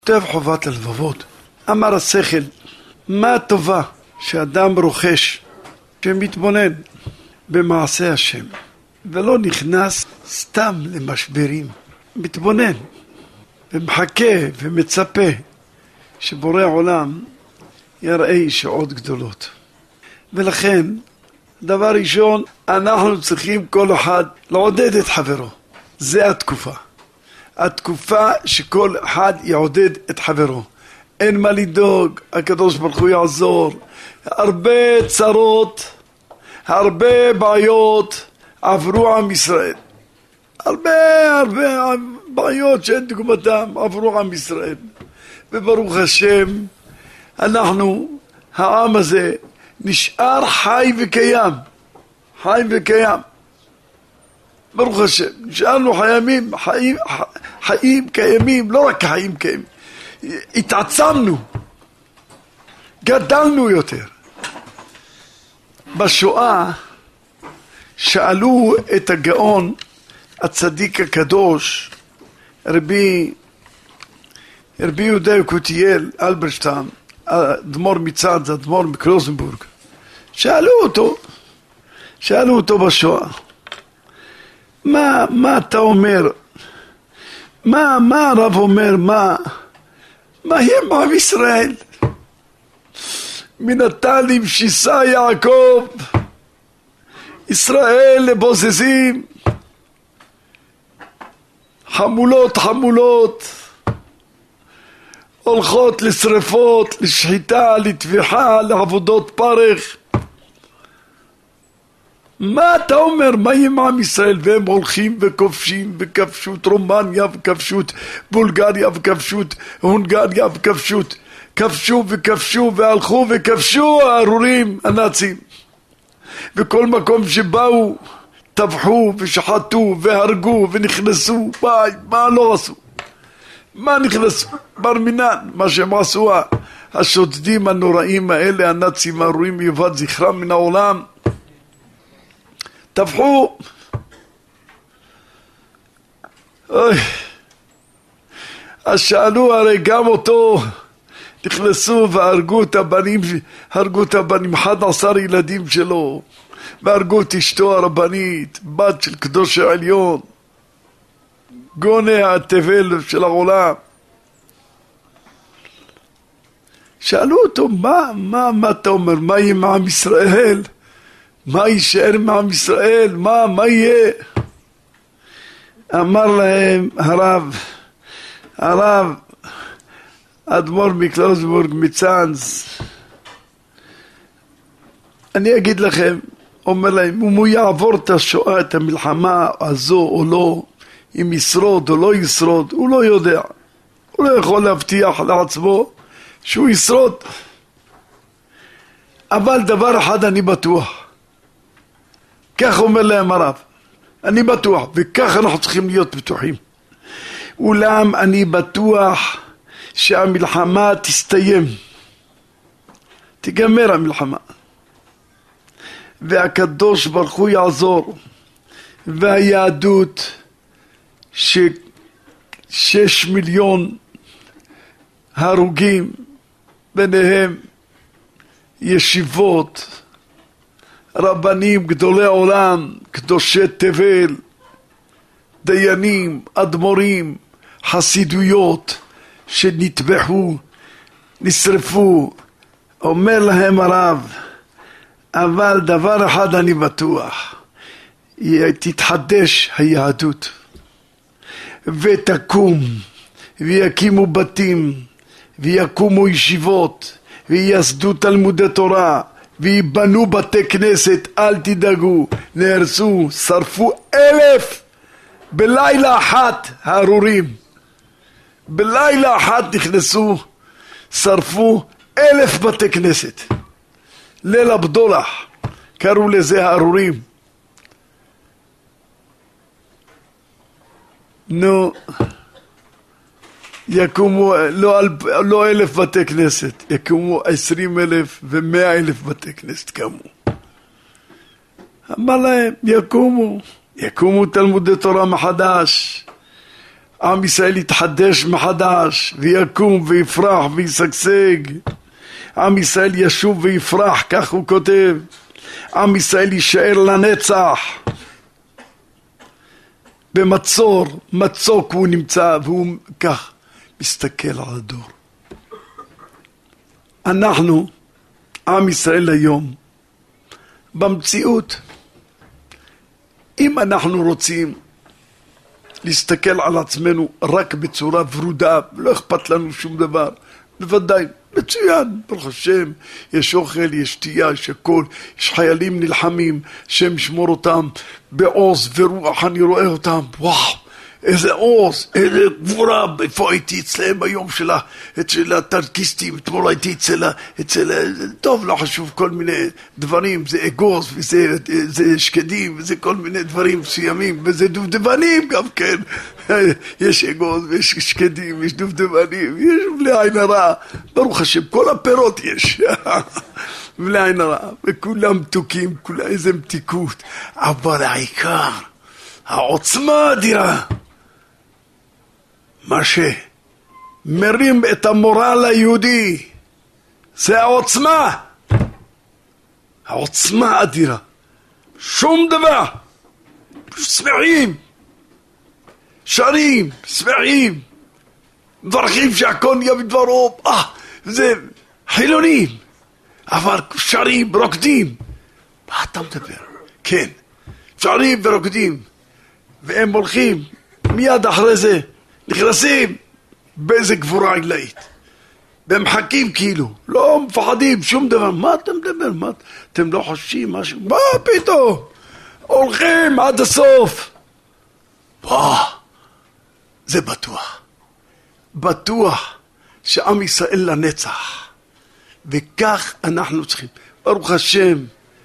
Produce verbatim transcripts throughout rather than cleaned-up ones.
כותב חובת הלבבות. אמר השכל, מה הטובה שאדם רוכש שמתבונן במעשה השם ולא נכנס סתם למשברים, מתבונן ומחכה ומצפה שבורא עולם יראה ישועות גדולות. ולכן דבר ראשון, אנחנו צריכים כל אחד לעודד את חברו. זה התקופה התקופה שכל אחד יעודד את חברו. אין מה לדאוג, הקדוש ברוך הוא יעזור. הרבה צרות, הרבה בעיות עברו עם ישראל, הרבה הרבה בעיות שאין דוגמתם עברו עם ישראל, וברוך השם אנחנו, העם הזה נשאר חי וקיים, חי וקיים, ברוך השם. נשארנו חיימים, חיים, חיים קיימים, לא רק חיים קיימים, התעצמנו, גדלנו יותר. בשואה שאלו את הגאון הצדיק הקדוש רבי רבי יהודה יקותיאל אלברשטיין, אדמו"ר מצד, אדמו"ר מקלוזנבורג, שאלו אותו שאלו אותו בשואה, מה מה אתה אומר, מה מה הרב אומר, מה מה יהיה עם ישראל? מנטלים שיסה יעקב, ישראל לבוזזים, חמולות חמולות הולכות לשרפות, לשחיטה, לטביחה, לעבודות פרך. מה אתה אומר, מה יהיה עם ישראל? והם הולכים וכובשים, וכבשו את רומניה, וכבשו את בולגריה, וכבשו את הונגריה, וכבשו את כבשו וכבשו והלכו וכבשו הארורים הנאצים, וכל מקום שבאו טבחו ושחטו והרגו ונכנסו. מה, מה לא עשו? מה נכנסו? בר מינן, מה שהם עשו השודדים הנוראים האלה, הנאצים הארורים, מיובד זכרם מן העולם, טבחו. אוי, אז שאלו, הרי גם אותו נכנסו והרגו את הבנים, הרגו את הבנים, אחד עשר ילדים שלו, והרגו את אשתו הרבנית, בת של קדוש העליון, גונה התבל של העולם. שאלו אותו, מה, מה, מה אתה אומר? מה יהיה עם ישראל? מה יישאר עם ישראל? מה, מה יהיה? אמר להם הרב, הרב, אדמו"ר מקלוזנבורג מצאנז, אני אגיד לכם, אומר להם, אם הוא יעבור את השואה, את המלחמה הזו או לא, אם ישרוד או לא ישרוד, הוא לא יודע, הוא לא יכול להבטיח לעצמו שהוא ישרוד, אבל דבר אחד אני בטוח, כך אומר להם הרב, אני בטוח, וכך אנחנו צריכים להיות בטוחים. אולם אני בטוח שהמלחמה תסתיים, תיגמר המלחמה, והקדוש ברוך הוא יעזור, והיהדות ששש מיליון הרוגים, ביניהם ישיבות, רבנים גדולי עולם, קדושי תבל, דיינים, אדמו"רים, חסידויות שנטבחו, נשרפו. אומר להם הרב, אבל דבר אחד אני בטוח, תתחדש היהדות ותקום, ויקימו בתים, ויקומו ישיבות, וייסדו תלמודי תורה, ויבנו בתי כנסת. אל תדאגו, נהרסו, שרפו אלף בלילה אחת הארורים, בלילה אחת נכנסו, שרפו אלף בתי כנסת, ליל הבדולח קראו לזה הארורים. נו, יקומו לא, לא אלף בתי כנסת, יקומו עשרים אלף ומאה אלף בתי כנסת קמו. אמר להם, יקומו יקומו תלמודי תורה מחדש, עם ישראל יתחדש מחדש, ויקום ויפרח וישגשג. עם ישראל ישוב ויפרח, כך הוא כותב. עם ישראל יישאר לנצח. במצור, מצוק הוא נמצא, והוא כך מסתכל על הדור. אנחנו, עם ישראל היום, במציאות, אם אנחנו רוצים להסתכל על עצמנו רק בצורה ורודה, ולא אכפת לנו שום דבר, בוודאי, מצוין, ברוך השם, יש אוכל, יש שתייה, יש הכל, יש חיילים נלחמים, שם שמור אותם בעוז ורוח, אני רואה אותם, וואו, איזה עוז, איזה גבורה, איפה הייתי אצלם היום שלה, אצל הטנקיסטים, אתמול הייתי אצל, אצל, טוב, לא חשוב, כל מיני דברים, זה אגוז, וזה זה שקדים, וזה כל מיני דברים מסוימים, וזה דובדבנים גם כן, יש אגוז, ויש שקדים, יש דובדבנים, יש בלי עין הרע, ברוך השם, כל הפירות יש, בלי עין הרע, וכולם מתוקים, כולה איזה מתיקות, אבל העיקר, העוצמה האדירה, מה שמרים את המורל היהודי, זה העוצמה, העוצמה האדירה, שום דבר, שמחים, שרים, שמחים, מברכים שהכל נהיה בדברו, אה, זה חילונים, אבל שרים, רוקדים, מה אתה מדבר? כן, שרים ורוקדים, והם הולכים מיד אחרי זה, נכנסים באיזה גבורה עילאית, והם מחכים כאילו, לא מפחדים שום דבר. מה אתה מדבר? מה? אתם לא חושבים משהו? מה פתאום? הולכים עד הסוף. וואו, זה בטוח, בטוח שעם ישראל לנצח, וכך אנחנו צריכים. ברוך השם,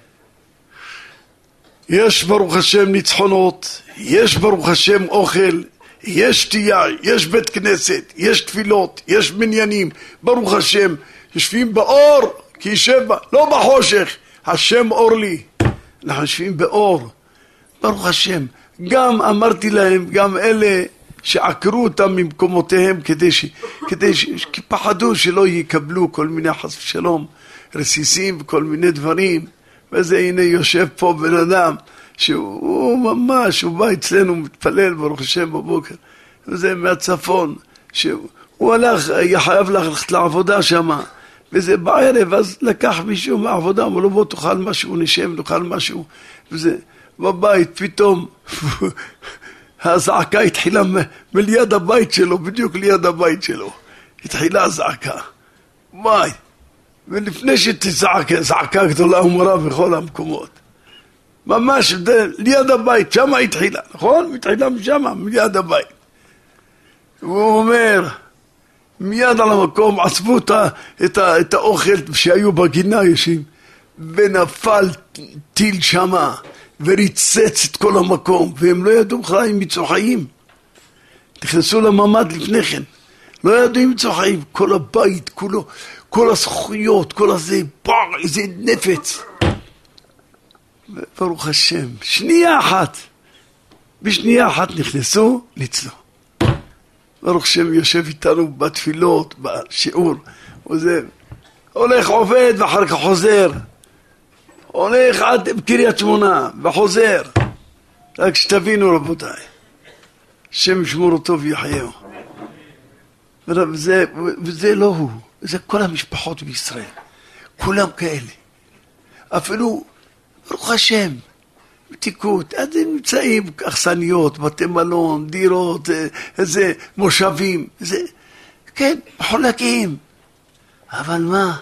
יש ברוך השם ניצחונות, יש ברוך השם אוכל, יש שתייה, יש בית כנסת, יש תפילות, יש מניינים, ברוך השם, יושבים באור, כי ישב, לא בחושך, השם אור לי, אנחנו יושבים באור, ברוך השם. גם אמרתי להם, גם אלה שעקרו אותם ממקומותיהם, כדי ש... כדי ש... כי פחדו שלא יקבלו כל מיני חס ושלום, רסיסים וכל מיני דברים, וזה הנה יושב פה בן אדם, שהוא ממש, הוא בא אצלנו, מתפלל ברוך השם בבוקר, וזה מהצפון, שהוא הלך, היה חייב ללכת לעבודה שם, וזה בערב, אז לקח מישהו מהעבודה, אמר לו בוא תאכל משהו, נשב, נאכל משהו, וזה בבית, פתאום, הזעקה התחילה מ- מליד הבית שלו, בדיוק ליד הבית שלו, התחילה הזעקה, וואי, ולפני שתזעק, זעקה גדולה ומרה בכל המקומות, ממש ליד הבית, שם התחילה, נכון? התחילה משם, מיד הבית. והוא אומר, מיד על המקום עשבו את, את, את האוכל שהיו בגינה ישים, ונפל טיל שמה, וריצץ את כל המקום, והם לא ידעו בכלל אם יצאו חיים. נכנסו לממד לפני כן, לא ידעו אם יצאו חיים, כל הבית, כולו, כל הזכויות, כל הזה, בר, איזה נפץ. ברוך השם, שנייה אחת, בשנייה אחת נכנסו, ניצלו. ברוך השם יושב איתנו בתפילות, בשיעור, וזה, הולך עובד ואחר כך חוזר, הולך עד קריית שמונה וחוזר, רק שתבינו רבותיי, שם שמור אותו ויחייהו. וזה, וזה לא הוא, זה כל המשפחות בישראל, כולם כאלה, אפילו ברוך השם, מתיקות, אז הם נמצאים אכסניות, בתי מלון, דירות, איזה מושבים, זה, כן, מחולקים, אבל מה?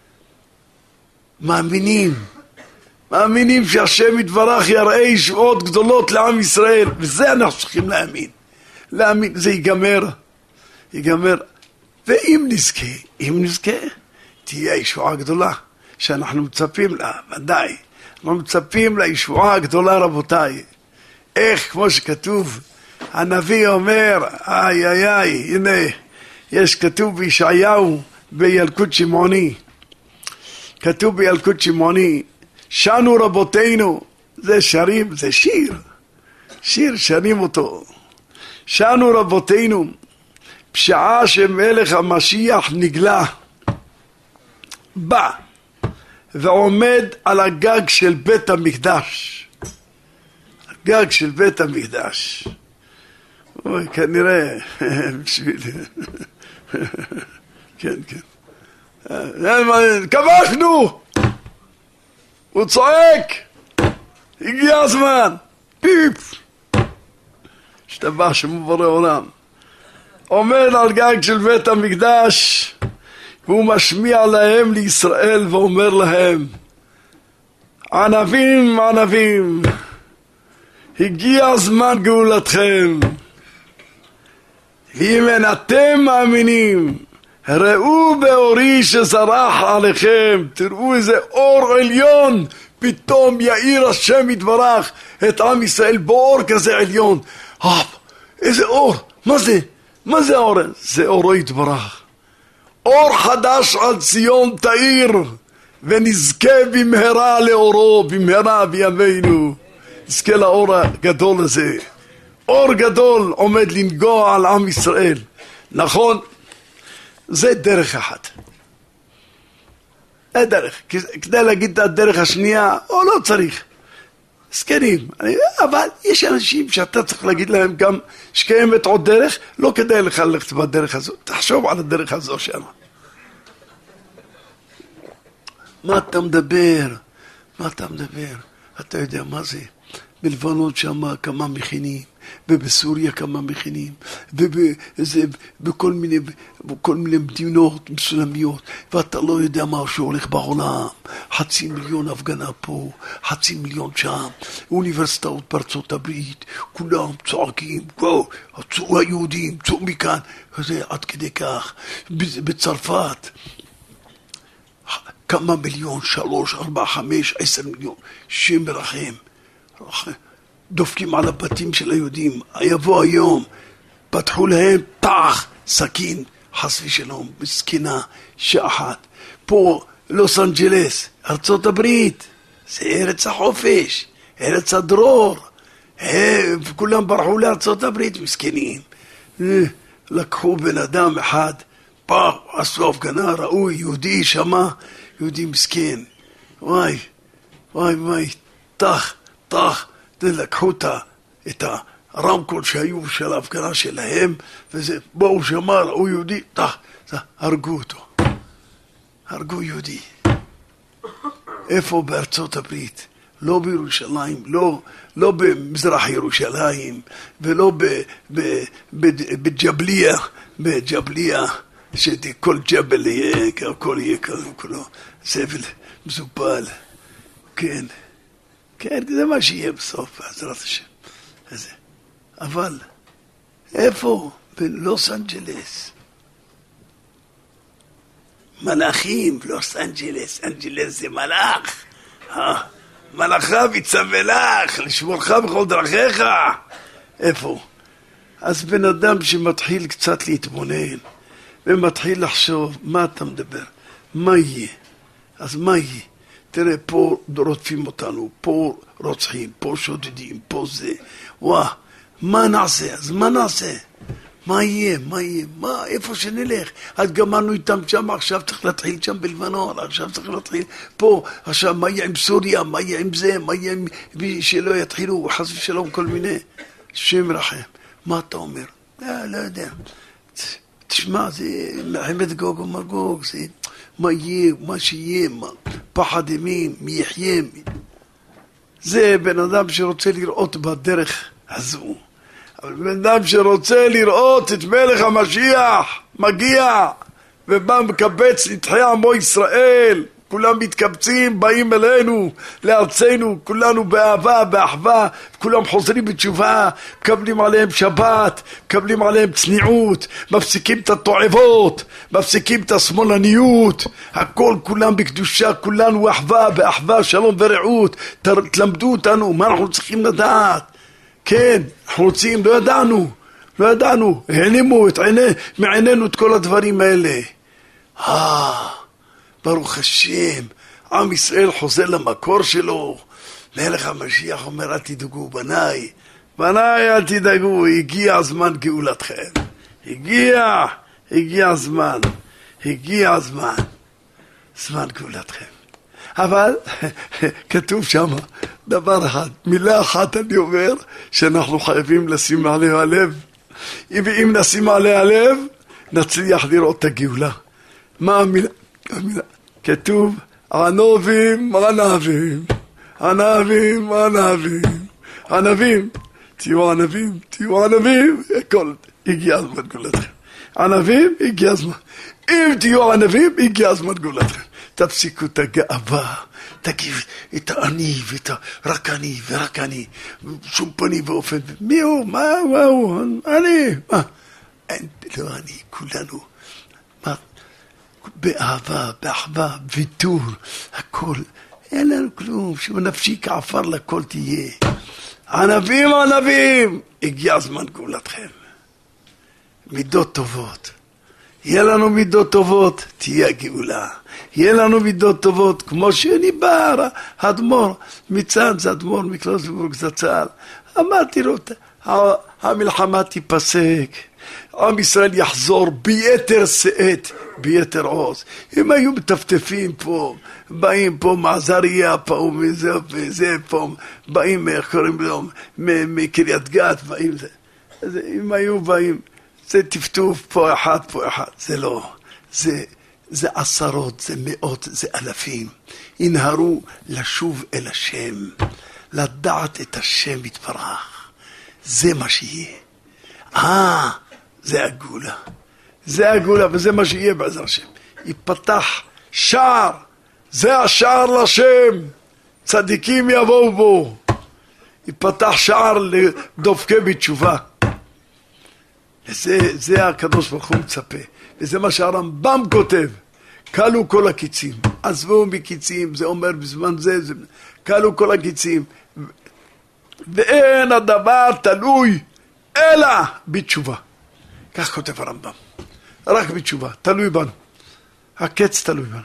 מאמינים, מאמינים שהשם יתברך יראה ישועות גדולות לעם ישראל, וזה אנחנו צריכים להאמין, להאמין, זה ייגמר, ייגמר, ואם נזכה, אם נזכה, תהיה ישועה גדולה, שאנחנו מצפים לה, ודאי, אנחנו מצפים לישועה הגדולה רבותיי. איך, כמו שכתוב, הנביא אומר, איי איי איי, הנה, יש כתוב בישעיהו בילקוט שמעוני, כתוב בילקוט שמעוני, שנו רבותינו, זה שרים, זה שיר, שיר שרים אותו, שאנו רבותינו, בשעה שמלך המשיח נגלה, בא ועומד על הגג של בית המקדש, הגג של בית המקדש. אוי, כנראה, בשביל... כן, כן. כבשנו! הוא צועק! הגיע הזמן! פיפ! השתבח שמו בורא עולם. עומד על גג של בית המקדש, והוא משמיע להם לישראל ואומר להם, ענבים, ענבים, הגיע הזמן גאולתכם. ואם אין אתם מאמינים, ראו באורי שזרח עליכם, תראו איזה אור עליון, פתאום יאיר השם יתברך את עם ישראל באור כזה עליון. אה, איזה אור, מה זה? מה זה האור? זה אורו יתברך. אור חדש על ציון תאיר, ונזכה במהרה לאורו, במהרה בימינו. נזכה לאור הגדול הזה. אור גדול עומד לנגוע על עם ישראל. נכון? זה דרך אחת. זה דרך. כדי להגיד את הדרך השנייה, או לא צריך. סקנים. אבל יש אנשים שאתה צריך להגיד להם גם שקיימת עוד דרך, לא כדאי לך ללכת בדרך הזו. תחשוב על הדרך הזו שם. מה אתה מדבר? מה אתה מדבר? אתה יודע מה זה? בלבנון שם כמה מכינים, ובסוריה כמה מכינים, ובכל מיני, בכל מיני מדינות מסולמיות, ואתה לא יודע מה שהולך בעולם. חצי מיליון הפגנה פה, חצי מיליון שם, אוניברסיטאות בארצות הברית, כולם צועקים, וואו, צאו היהודים, צאו מכאן, וזה עד כדי כך. בצרפת, כמה מיליון, שלוש, ארבע, חמש, עשר מיליון, שם מרחם. דופקים על הבתים של היהודים, יבוא היום, פתחו להם פח, סכין, חס ושלום, מסכנה, שאחת. פה, לוס אנג'לס, ארצות הברית, זה ארץ החופש, ארץ הדרור, וכולם ברחו לארצות הברית, מסכנים. לקחו בן אדם אחד, פח, עשו הפגנה, ראו יהודי שמה, יהודי מסכן. וואי, וואי, וואי, תח, תח, לקחו את הרמקול שהיו של ההפגנה שלהם, וזה, באו שמה, ראו יהודי, תח, הרגו אותו. הרגו יהודי. איפה בארצות הברית? לא בירושלים, לא, לא במזרח ירושלים, ולא בג'בליה, בג'בליה, שכל ג'בל יהיה, הכל יהיה כולו, זבל מזופל. כן, כן, זה מה שיהיה בסוף, בעזרת השם. אבל, איפה? בלוס אנג'לס. מלאכים, לוס אנג'לס, אנג'לס זה מלאך. מלאכיו יצווה לך, לשמורך בכל דרכיך. איפה? אז בן אדם שמתחיל קצת להתבונן, ומתחיל לחשוב, מה אתה מדבר? מה יהיה? אז מה יהיה? תראה, פה רודפים אותנו, פה רוצחים, פה שודדים, פה זה. וואה, מה נעשה? אז מה נעשה? מה יהיה? מה יהיה? מה? איפה שנלך? אז גמרנו איתם שם, עכשיו צריך להתחיל שם בלבנון, עכשיו צריך להתחיל פה, עכשיו מה יהיה עם סוריה? מה יהיה עם זה? מה יהיה עם... שלא יתחילו, חס ושלום, כל מיני. שם רחם. מה אתה אומר? לא, לא יודע. תשמע, זה מלחמת גוג ומגוג, זה... מה יהיה, מה שיהיה, מה, פחד ימין, מי יחיה. זה בן אדם שרוצה לראות בדרך הזו. אבל בן אדם שרוצה לראות את מלך המשיח מגיע ובא מקבץ נתחי עמו ישראל, כולם מתקבצים, באים אלינו, לארצנו, כולנו באהבה, באחווה, כולם חוזרים בתשובה, מקבלים עליהם שבת, מקבלים עליהם צניעות, מפסיקים את התועבות, מפסיקים את השמאלניות, הכל כולם בקדושה, כולנו אחווה, באחווה, שלום ורעות. תלמדו אותנו, מה אנחנו צריכים לדעת? כן, אנחנו רוצים, לא ידענו, לא ידענו, העלימו את עיני, מעינינו את כל הדברים האלה. אה, ברוך השם, עם ישראל חוזר למקור שלו. מלך המשיח אומר, אל תדאגו בניי, בניי אל תדאגו, הגיע הזמן גאולתכם. הגיע, הגיע הזמן, הגיע הזמן, זמן גאולתכם. אבל כתוב שם דבר אחד, מילה אחת אני אומר, שאנחנו חייבים לשים עליה לב. ואם נשים עליה לב, נצליח לראות את הגאולה. מה המילה? המילה. כתוב, ענבים, ענבים, ענבים, ענבים, ענבים, תהיו ענבים, תהיו ענבים, הכל, הגיע הזמן גאולתכם. ענבים, הגיע הזמן. אם תהיו ענבים, הגיע הזמן גאולתכם. תפסיקו את הגאווה, תגיב את העני ואת רק אני ורק אני, שום פנים ואופן. מי הוא? מה הוא? אני? מה? אין, לא אני, כולנו. מה? באהבה, באחווה, ויתור, הכל. אין לנו כלום, שנפשי כעפר לכל תהיה. ענבים, ענבים, הגיע הזמן גאולתכם. מידות טובות. יהיה לנו מידות טובות, תהיה הגאולה. יהיה לנו מידות טובות, כמו שניבר, האדמו"ר, מצאנז, זה האדמו"ר מקלויזנבורג זצ"ל. אמרתי לו, המלחמה תיפסק, עם ישראל יחזור ביתר שאת, ביתר עוז. הם היו מטפטפים פה, באים פה מעזריה פה וזה וזה פה, באים, איך קוראים להם, מקריית גת, באים זה. אז הם היו באים, זה טפטוף פה אחד, פה אחד, זה לא, זה, זה עשרות, זה מאות, זה אלפים. ינהרו לשוב אל השם, לדעת את השם יתברך. זה מה שיהיה. אה, זה הגאולה. זה הגאולה, וזה מה שיהיה בעזר השם. ייפתח שער, זה השער לשם. צדיקים יבואו בו. ייפתח שער לדופקי בתשובה. וזה, זה הקדוש ברוך הוא מצפה. וזה מה שהרמב"ם כותב. קלו כל הקיצים. עזבו מקיצים, זה אומר בזמן זה, זה קלו כל הקיצים. ואין הדבר תלוי אלא בתשובה. כך כותב הרמב"ם. רק בתשובה, תלוי בנו. הקץ תלוי בנו.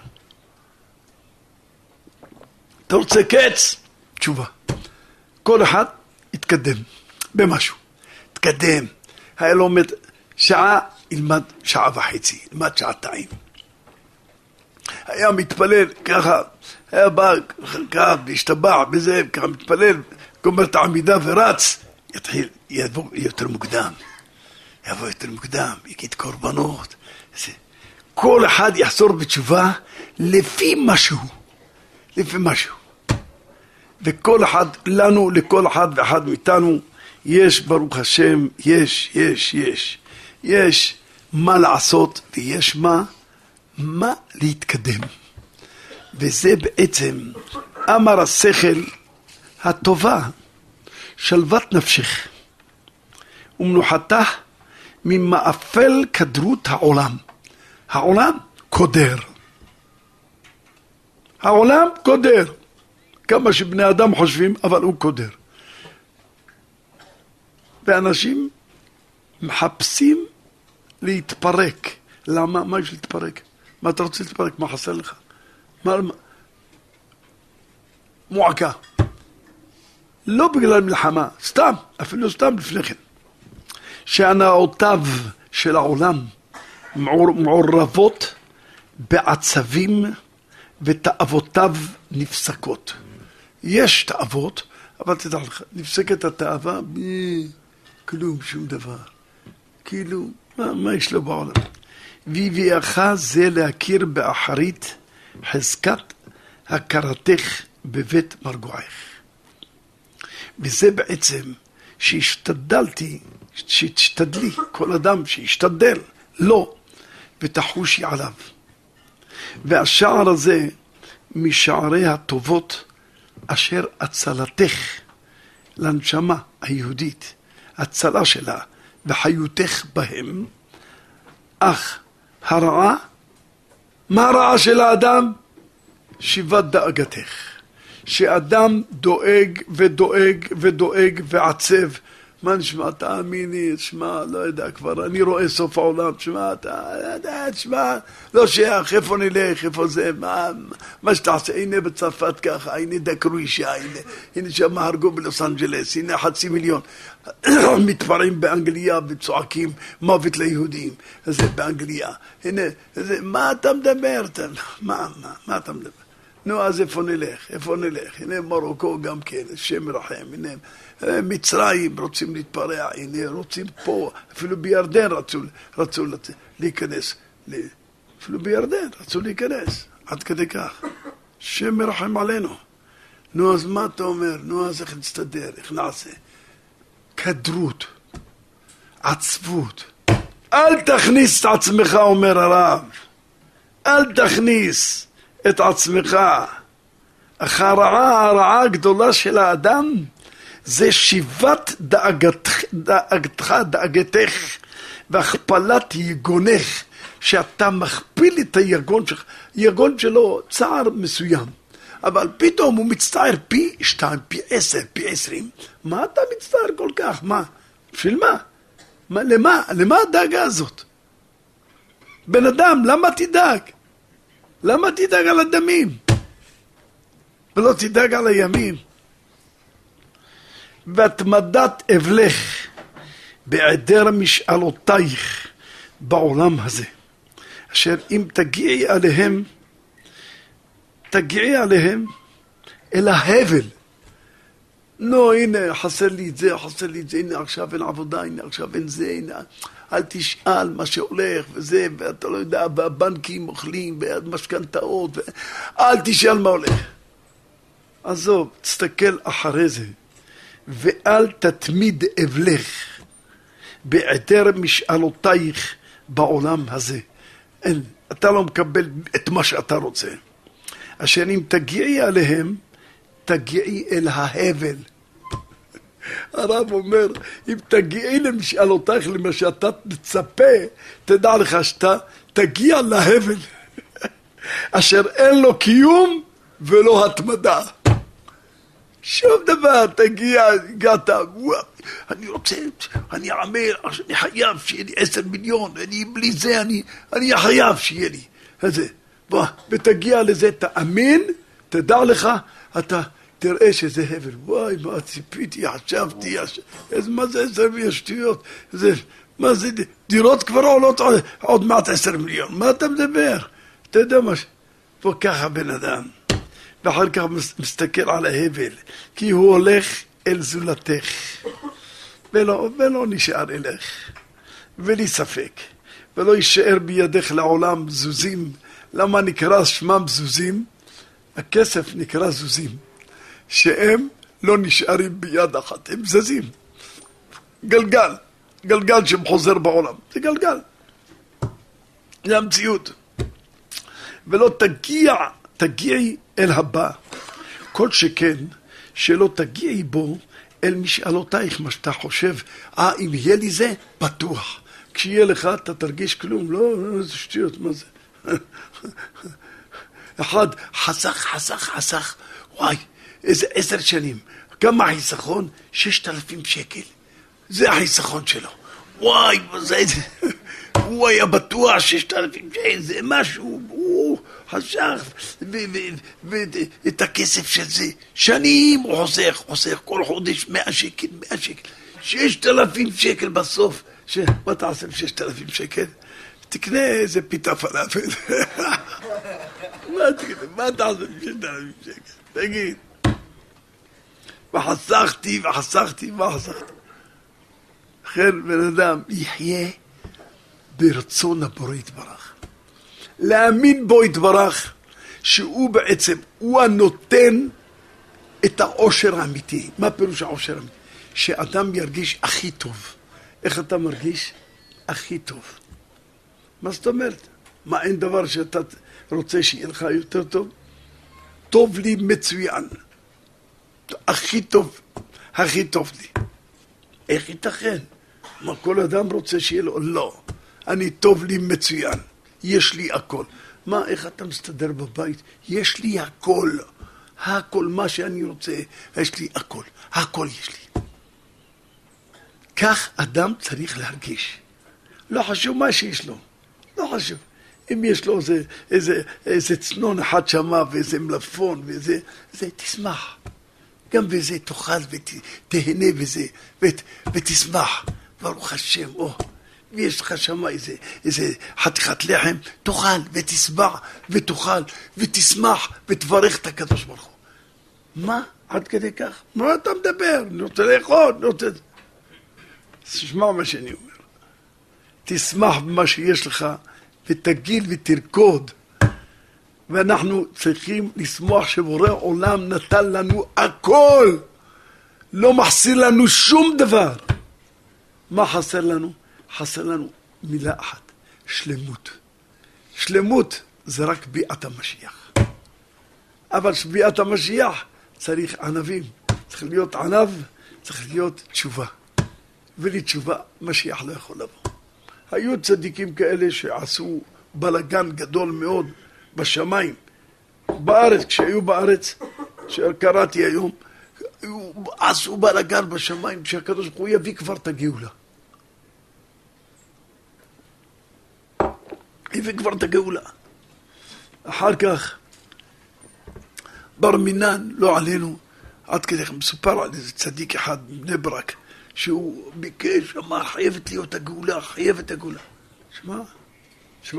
אתה רוצה קץ? תשובה. כל אחד יתקדם במשהו. תקדם. היה לומד שעה, ילמד שעה וחצי, ילמד שעתיים. היה מתפלל ככה, היה בא ככה, להשתבע בזה, ככה מתפלל, גומר את העמידה ורץ, יתחיל, יבוא יותר מוקדם. יבוא יותר מוקדם, יגיד קורבנות. כל אחד יחזור בתשובה לפי משהו. לפי משהו. וכל אחד, לנו, לכל אחד ואחד מאיתנו, יש ברוך השם, יש, יש, יש. יש מה לעשות ויש מה, מה להתקדם. וזה בעצם אמר השכל הטובה, שלוות נפשך ומנוחתה ממאפל כדרות העולם. העולם קודר. העולם קודר. כמה שבני אדם חושבים, אבל הוא קודר. ואנשים מחפשים להתפרק. למה? מה יש להתפרק? מה אתה רוצה להתפרק? מה חסר לך? מה? מועקה. לא בגלל מלחמה, סתם, אפילו סתם לפני כן. שהנאותיו של העולם מעורבות בעצבים ותאוותיו נפסקות. יש תאוות, אבל תדע לך, נפסקת התאווה בכלום, שום דבר. כאילו, מה, מה יש לו בעולם? ויביאך זה להכיר באחרית חזקת הכרתך בבית מרגועך. וזה בעצם שהשתדלתי, שהשתדלי, כל אדם שישתדל, לא, ותחושי עליו. והשער הזה משערי הטובות אשר הצלתך לנשמה היהודית, הצלה שלה וחיותך בהם, אך הרעה, מה הרעה של האדם? שיבת דאגתך. שאדם דואג ודואג ודואג ועצב מה נשמע, תאמיני, תשמע, לא יודע כבר, אני רואה סוף העולם, תשמע, אתה, תשמע, לא שייך, איפה נלך, איפה זה, מה, מה שתעשה, הנה בצרפת ככה, הנה דקרו אישה, הנה, הנה שם הרגו בלוס אנג'לס, הנה חצי מיליון, מתפרעים באנגליה וצועקים מוות ליהודים, זה באנגליה, הנה, זה, מה אתה מדבר, אתה, מה, מה, מה אתה מדבר? נו, אז איפה נלך? איפה נלך? הנה מרוקו גם כן, שם מרחם, הנה מצרים רוצים להתפרע, הנה רוצים פה, אפילו בירדן רצו, רצו להיכנס, אפילו בירדן רצו להיכנס, עד כדי כך. שם מרחם עלינו. נו, אז מה אתה אומר? נו, אז איך נסתדר? איך נעשה? כדרות, עצבות. אל תכניס את עצמך, אומר הרב. אל תכניס את עצמך. אך הרעה, הרעה הגדולה של האדם, זה שיבת דאגתך, דאגתך, דאגתך, והכפלת יגונך, שאתה מכפיל את היגון שלך. יגון שלו צער מסוים, אבל פתאום הוא מצטער פי שתיים, פי עשר, פי עשרים. מה אתה מצטער כל כך? מה? בשביל מה? מה? למה? למה הדאגה הזאת? בן אדם, למה תדאג? למה תדאג על הדמים? ולא תדאג על הימים? והתמדת אבלך בעדר משאלותייך בעולם הזה, אשר אם תגיעי עליהם, תגיעי עליהם אל ההבל. נו, הנה, חסר לי את זה, חסר לי את זה, הנה עכשיו אין עבודה, הנה עכשיו אין זה, הנה, אל תשאל מה שהולך וזה, ואתה לא יודע, והבנקים אוכלים, והמשכנתאות, אל תשאל מה הולך. עזוב, תסתכל אחרי זה, ואל תתמיד אבלך בעדר משאלותייך בעולם הזה. אין, אתה לא מקבל את מה שאתה רוצה. אשר אם תגיעי עליהם, תגיעי אל ההבל. הרב אומר, אם תגיעי למשאלותייך, למה שאתה תצפה, תדע לך שאתה תגיע להבל. אשר אין לו קיום ולא התמדה. שום דבר, תגיע, הגעת, אני רוצה, אני עמל, אני חייב שיהיה לי עשר מיליון, אני בלי זה, אני, אני חייב שיהיה לי. זה, בוא, ותגיע לזה, תאמין, תדע לך, אתה תראה שזה הבל. וואי, מה ציפיתי, חשבתי, איזה, מה זה עשר מיליון שטויות? זה, מה זה, דירות כבר עולות עוד, עוד מעט עשר מיליון. מה אתה מדבר? אתה יודע מה, פה ככה בן אדם. ואחר כך מסתכל על ההבל, כי הוא הולך אל זולתך, ולא, ולא נשאר אלך, ולי ספק, ולא יישאר בידך לעולם זוזים. למה נקרא שמם זוזים? הכסף נקרא זוזים, שהם לא נשארים ביד אחת, הם זזים. גלגל, גלגל שחוזר בעולם, זה גלגל. זה המציאות. ולא תגיע, תגיעי אל הבא, כל שכן שלא תגיעי בו אל משאלותייך, מה שאתה חושב, אה, אם יהיה לי זה, בטוח. כשיהיה לך, אתה תרגיש כלום, לא, לא, זה שטויות, מה זה? אחד חסך, חסך, חסך, וואי, איזה עשר שנים, כמה חיסכון? ששת אלפים שקל, זה החיסכון שלו. וואי, זה איזה, הוא היה בטוח ששת אלפים שקל, זה משהו, הוא חסך, ואת הכסף של זה, שנים הוא חוסך, חוסך, כל חודש מאה שקל, מאה שקל, ששת אלפים שקל בסוף, מה תעשה בששת אלפים שקל? תקנה איזה פיתה פלאפל. מה תעשה בששת אלפים שקל? תגיד. וחסכתי, וחסכתי, וחסכתי. לכן בן אדם יחיה ברצון הבורא יתברך. להאמין בו יתברך, שהוא בעצם, הוא הנותן את העושר האמיתי. מה פירוש העושר האמיתי? שאדם ירגיש הכי טוב. איך אתה מרגיש? הכי טוב. מה זאת אומרת? מה, אין דבר שאתה רוצה שיהיה לך יותר טוב? טוב לי מצוין. הכי טוב, הכי טוב לי. איך ייתכן? מה, כל אדם רוצה שיהיה לו? לא. אני טוב לי מצוין. יש לי הכל. מה, איך אתה מסתדר בבית? יש לי הכל. הכל, מה שאני רוצה, יש לי הכל. הכל יש לי. כך אדם צריך להרגיש. לא חשוב מה שיש לו, לא חשוב. אם יש לו איזה, איזה, איזה צנון אחד שמה ואיזה מלפון ואיזה, זה תשמח. גם בזה תאכל ותהנה בזה ות, ותשמח. ברוך השם, או, ויש לך שמה איזה, איזה חתיכת לחם, תאכל ותשבע ותאכל ותשמח ותברך את הקדוש ברוך הוא. מה? עד כדי כך? מה אתה מדבר? אני רוצה לאכול, אני רוצה... תשמע מה שאני אומר. תשמח במה שיש לך ותגיל ותרקוד. ואנחנו צריכים לשמוח שבורא עולם נתן לנו הכל. לא מחסיר לנו שום דבר. מה חסר לנו? חסר לנו מילה אחת, שלמות. שלמות זה רק ביאת המשיח. אבל ביאת המשיח צריך ענבים. צריך להיות ענב, צריך להיות תשובה. ולתשובה משיח לא יכול לבוא. היו צדיקים כאלה שעשו בלגן גדול מאוד בשמיים. בארץ, כשהיו בארץ, שקראתי היום, עשו בלגן בשמיים, שהקדוש ברוך הוא יביא כבר את הגאולה. יביא כבר את הגאולה. אחר כך, בר מינן, לא עלינו, עד כדי מסופר על איזה צדיק אחד בני ברק, שהוא ביקש, אמר, חייבת להיות הגאולה, חייבת הגאולה. שמע, שמע.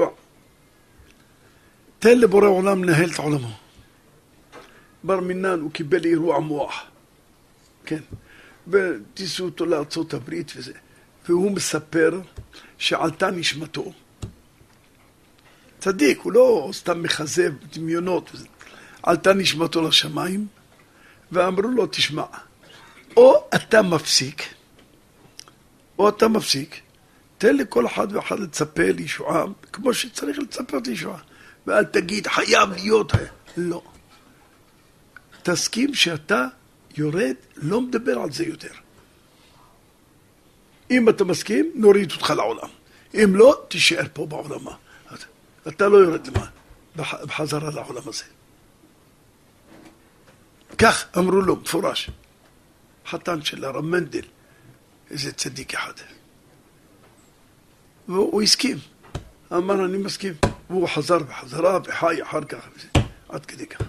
תן לבורא עולם לנהל את עולמו. בר מינן, הוא קיבל אירוע מוח. כן. וטיסו אותו לארצות הברית וזה. והוא מספר שעלתה נשמתו. צדיק, הוא לא סתם מחזה דמיונות וזה. עלתה נשמתו לשמיים, ואמרו לו, תשמע, או אתה מפסיק, או אתה מפסיק, תן לכל אחד ואחד לצפה לישועה, כמו שצריך לצפר לישועה. ואל תגיד, חייב להיות, לא. תסכים שאתה יורד, לא מדבר על זה יותר. אם אתה מסכים, נוריד אותך לעולם. אם לא, תישאר פה בעולמה. אתה לא יורד למה, בחזרה לעולם הזה. כך אמרו לו, מפורש. חתן של הרב מנדל, איזה צדיק אחד. והוא הסכים. אמר, אני מסכים. והוא חזר בחזרה וחי אחר כך. עד כדי כך.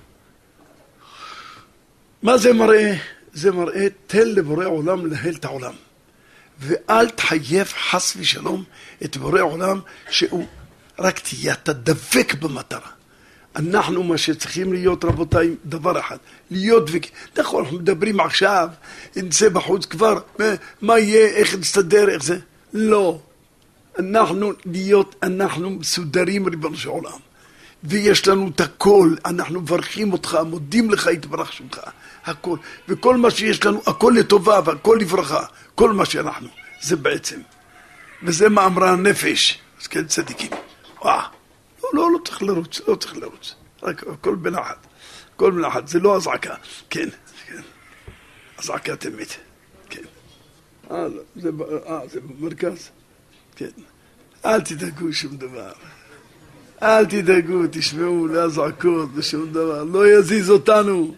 מה זה מראה? זה מראה, תן לבורא עולם לנהל את העולם. ואל תחייב חס ושלום את בורא עולם שהוא רק תהיה, אתה דבק במטרה. אנחנו מה שצריכים להיות, רבותיי, דבר אחד, להיות דבק. נכון, אנחנו מדברים עכשיו, נצא בחוץ כבר, מה, מה יהיה, איך נסתדר, איך זה? לא. אנחנו להיות, אנחנו מסודרים ריבונו של עולם. ויש לנו את הכל, אנחנו מברכים אותך, מודים לך, יתברך שמך, הכל. וכל מה שיש לנו, הכל לטובה והכל לברכה, כל מה שאנחנו, זה בעצם. וזה מה אמרה הנפש, אז כן צדיקים. וואה. לא, לא, לא צריך לרוץ, לא צריך לרוץ. רק הכל בנחת. הכל בנחת, זה לא הזעקה. כן, כן. הזעקה תמיד. כן. אה, זה, אה, זה במרכז? כן. אל תדאגו שום דבר. אל תדאגו, תשמעו, לא זעקות ושום דבר. לא יזיז אותנו.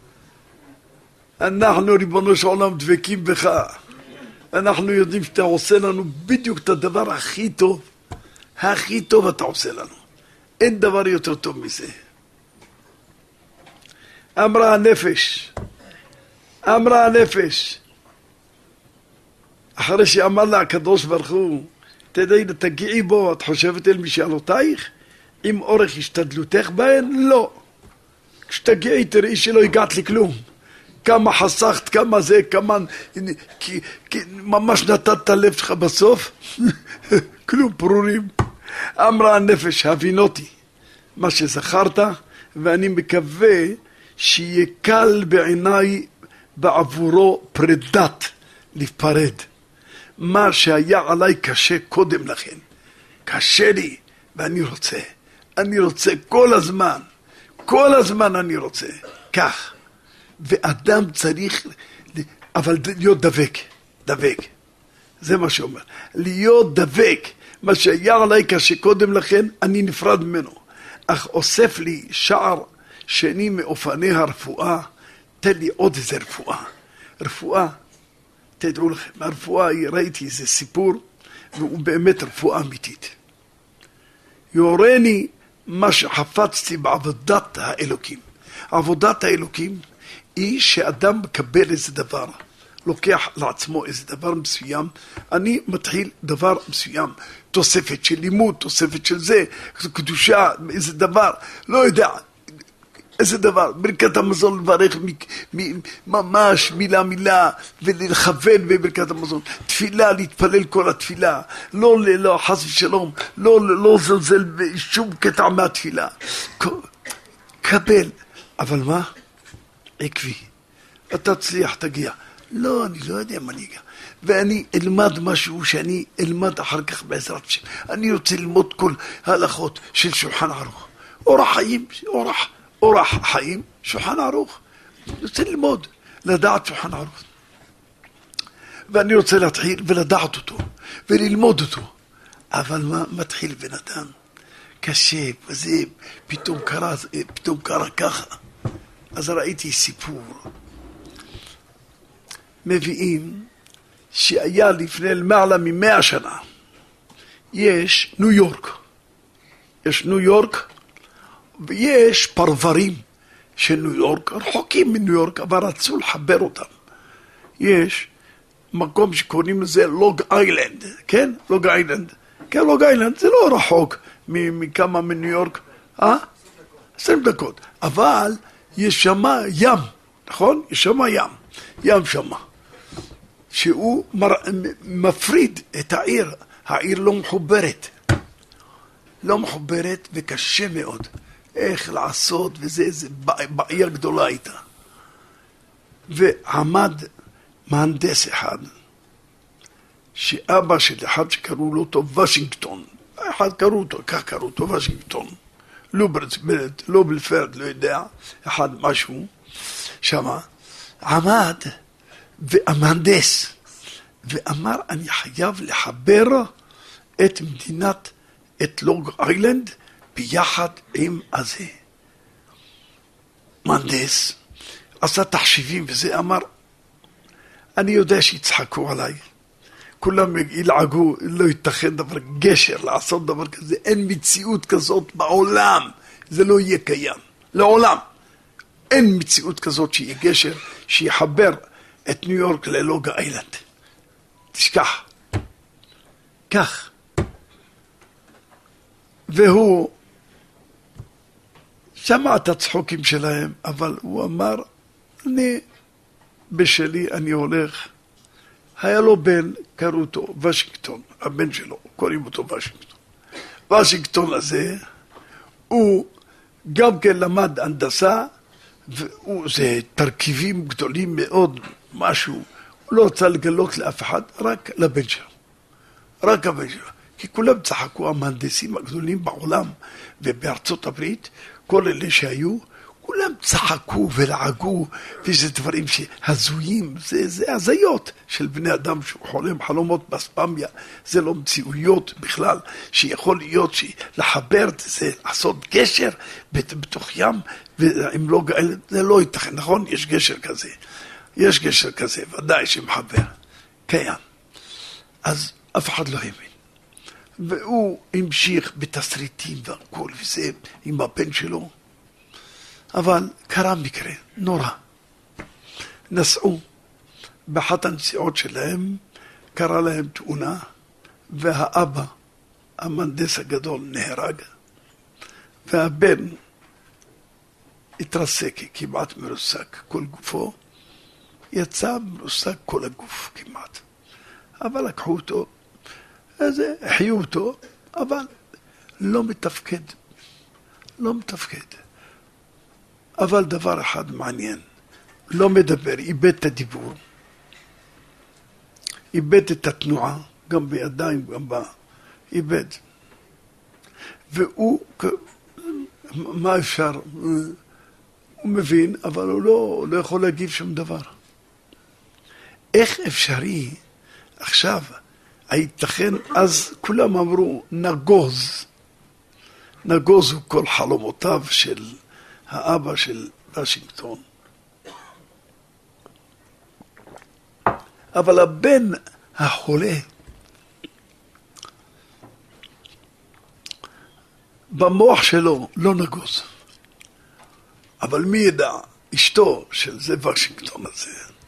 אנחנו, ריבונו של עולם, דבקים בך. אנחנו יודעים שאתה עושה לנו בדיוק את הדבר הכי טוב. הכי טוב אתה עושה לנו. אין דבר יותר טוב מזה. אמרה הנפש, אמרה הנפש, אחרי שאמר לה הקדוש ברוך הוא, תדעי, תגיעי בו, את חושבת אל משאלותייך? עם אורך השתדלותך בהן? לא. כשתגיעי תראי שלא הגעת לכלום. כמה חסכת, כמה זה, כמה... כי, כי, ממש נתת לב שלך בסוף? כלום, פרורים. אמרה הנפש, הבינותי מה שזכרת, ואני מקווה שיהיה קל בעיניי בעבורו פרדת, לפרד. מה שהיה עליי קשה קודם לכן. קשה לי, ואני רוצה. אני רוצה כל הזמן. כל הזמן אני רוצה. כך. ואדם צריך, אבל להיות דבק. דבק. זה מה שאומר. להיות דבק. מה שהיה עליי קשה קודם לכן, אני נפרד ממנו. אך אוסף לי שער שני מאופני הרפואה, תן לי עוד איזה רפואה. רפואה תדעו לכם, הרפואה, ראיתי איזה סיפור, והוא באמת רפואה אמיתית. יורני מה שחפצתי בעבודת האלוקים. עבודת האלוקים היא שאדם מקבל איזה דבר, לוקח לעצמו איזה דבר מסוים, אני מתחיל דבר מסוים, תוספת של לימוד, תוספת של זה, קדושה, איזה דבר, לא יודע, איזה דבר, ברכת המזון לברך מ- מ- ממש מילה מילה ולכוון בברכת המזון, תפילה, להתפלל כל התפילה, לא, לא חס ושלום, לא, לא זלזל בשום קטע מהתפילה, קבל, אבל מה? עקבי, אתה תצליח, תגיע, לא, אני לא יודע מה אני אגיע, ואני אלמד משהו שאני אלמד אחר כך בעזרת השם, אני רוצה ללמוד כל ההלכות של שולחן ערוך, אורח חיים, אורח אורח חיים, שולחן ערוך. אני רוצה ללמוד, לדעת שולחן ערוך. ואני רוצה להתחיל ולדעת אותו, וללמוד אותו. אבל מה מתחיל בן אדם? קשה, וזה פתאום קרה, פתאום קרה ככה. אז ראיתי סיפור. מביאים שהיה לפני למעלה ממאה שנה. יש ניו יורק. יש ניו יורק, ויש פרברים של ניו יורק, רחוקים מניו יורק, אבל רצו לחבר אותם. יש מקום שקוראים לזה לוג איילנד, כן? לוג איילנד. כן, לוג איילנד זה לא רחוק מכמה מניו יורק, אה? עשרים דקות. אבל יש שם ים, נכון? יש שם ים, ים שם. שהוא מפריד את העיר, העיר לא מחוברת. לא מחוברת וקשה מאוד. איך לעשות, וזה איזה בעיה גדולה הייתה. ועמד מהנדס אחד, שאבא של אחד שקראו לו אותו וושינגטון, אחד קראו אותו, כך קראו אותו וושינגטון, לובלפרד, לא יודע, אחד משהו, שמה, עמד והמהנדס, ואמר, אני חייב לחבר את מדינת, את לוג איילנד, ביחד עם הזה. מהנדס עשה תחשיבים וזה, אמר, אני יודע שיצחקו עליי, כולם ילעגו, לא ייתכן דבר, גשר לעשות דבר כזה, אין מציאות כזאת בעולם, זה לא יהיה קיים, לעולם. אין מציאות כזאת שיהיה גשר, שיחבר את ניו יורק ללוג איילנד. תשכח. כך. והוא שמע את הצחוקים שלהם, אבל הוא אמר, אני, בשלי אני הולך. היה לו בן, קראו אותו וושינגטון, הבן שלו, קוראים אותו וושינגטון. וושינגטון הזה, הוא גם כן למד הנדסה, וזה תרכיבים גדולים מאוד, משהו, הוא לא רוצה לגלות לאף אחד, רק לבן שלו. רק הבן שלו. כי כולם צחקו, המהנדסים הגדולים בעולם ובארצות הברית, כל אלה שהיו, כולם צחקו ולעגו, וזה דברים שהזויים, זה, זה הזיות של בני אדם שהוא חולם חלומות בספמיה, זה לא מציאויות בכלל, שיכול להיות לחבר את זה, לעשות גשר בתוך ים, ואם לא, זה לא ייתכן, נכון? יש גשר כזה, יש גשר כזה, ודאי שמחבר, קיים. אז אף אחד לא האמין. והוא המשיך בתסריטים והכל וזה עם הבן שלו, אבל קרה מקרה נורא. נסעו באחת הנסיעות שלהם, קרה להם תאונה, והאבא, המהנדס הגדול, נהרג, והבן התרסק, כמעט מרוסק כל גופו, יצא מרוסק כל הגוף כמעט, אבל לקחו אותו, אז החיו אותו, אבל לא מתפקד, לא מתפקד. אבל דבר אחד מעניין, לא מדבר, איבד את הדיבור, איבד את התנועה, גם בידיים, גם בה, איבד. והוא, מה אפשר, הוא מבין, אבל הוא לא, לא יכול להגיב שום דבר. איך אפשרי עכשיו, הייתכן, אז כולם אמרו, נגוז, נגוז הוא כל חלומותיו של האבא של וושינגטון. אבל הבן החולה, במוח שלו לא נגוז. אבל מי ידע, אשתו של זה וושינגטון הזה,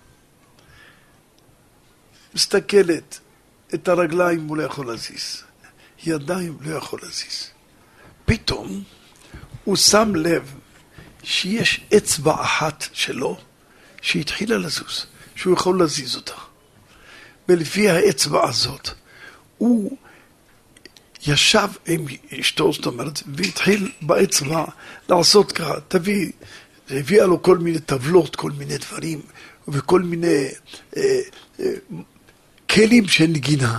מסתכלת את הרגליים, הוא לא יכול להזיז. ידיים לא יכול להזיז. פתאום הוא שם לב שיש אצבע אחת שלו שהתחילה לזוז, שהוא יכול להזיז אותה. ולפי האצבע הזאת, הוא ישב עם אשתו, זאת אומרת, והתחיל באצבע לעשות ככה, תביא, הביאה לו כל מיני טבלות, כל מיני דברים, וכל מיני אה, אה, כלים של נגינה,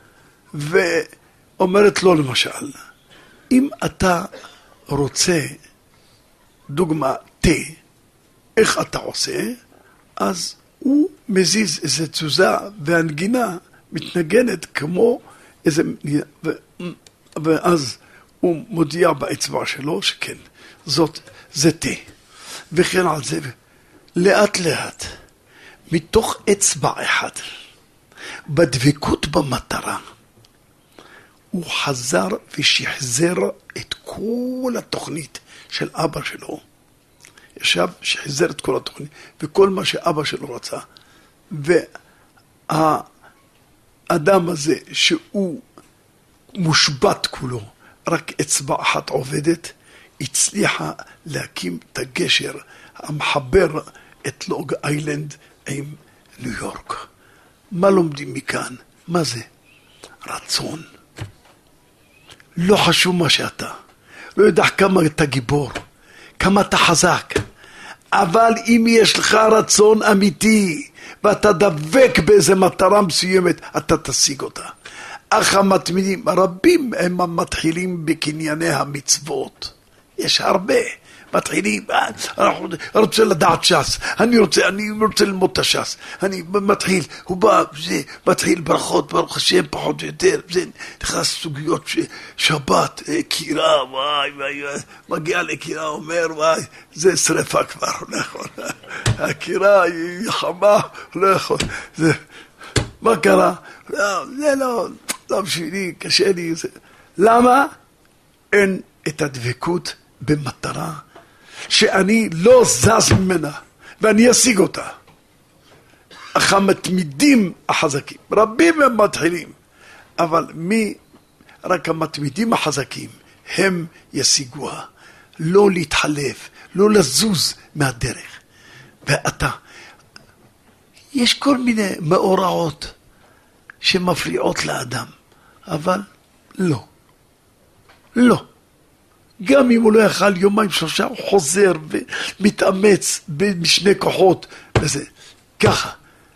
ואומרת לו למשל, אם אתה רוצה דוגמה תה, איך אתה עושה, אז הוא מזיז איזו תזוזה, והנגינה מתנגנת כמו איזה, ו, ואז הוא מודיע באצבע שלו שכן, זאת, זה תה. וכן על זה, לאט לאט, מתוך אצבע אחת, בדבקות במטרה, הוא חזר ושחזר את כל התוכנית של אבא שלו. ישב, שחזר את כל התוכנית, וכל מה שאבא שלו רצה. והאדם הזה, שהוא מושבת כולו, רק אצבע אחת עובדת, הצליחה להקים את הגשר המחבר את לוג איילנד עם ניו יורק. מה לומדים מכאן? מה זה? רצון. לא חשוב מה שאתה. לא יודע כמה אתה גיבור, כמה אתה חזק. אבל אם יש לך רצון אמיתי, ואתה דבק באיזה מטרה מסוימת, אתה תשיג אותה. אך המתמידים, רבים הם המתחילים בקנייני המצוות. יש הרבה מתחילים, אני רוצה לדעת ש"ס, אני רוצה, אני רוצה ללמוד את הש"ס, אני מתחיל, הוא בא, זה, מתחיל ברכות, ברוך השם, פחות או יותר, זה נכנס סוגיות שבת, קירה, וואי, וואי, מגיע לקירה, אומר, וואי, זה שרפה כבר, לא יכול, הקירה היא חמה, לא יכול, זה, מה קרה? לא, זה לא, לא בשבילי, קשה לי, זה, למה? אין את הדבקות במטרה שאני לא זז ממנה ואני אשיג אותה. אך המתמידים החזקים, רבים הם מתחילים, אבל מי, רק המתמידים החזקים הם ישיגוה. לא להתחלף, לא לזוז מהדרך. ואתה, יש כל מיני מאורעות שמפריעות לאדם, אבל לא, לא. גם אם הוא לא יאכל יומיים שלושה, הוא חוזר ומתאמץ בשני כוחות וזה. ככה.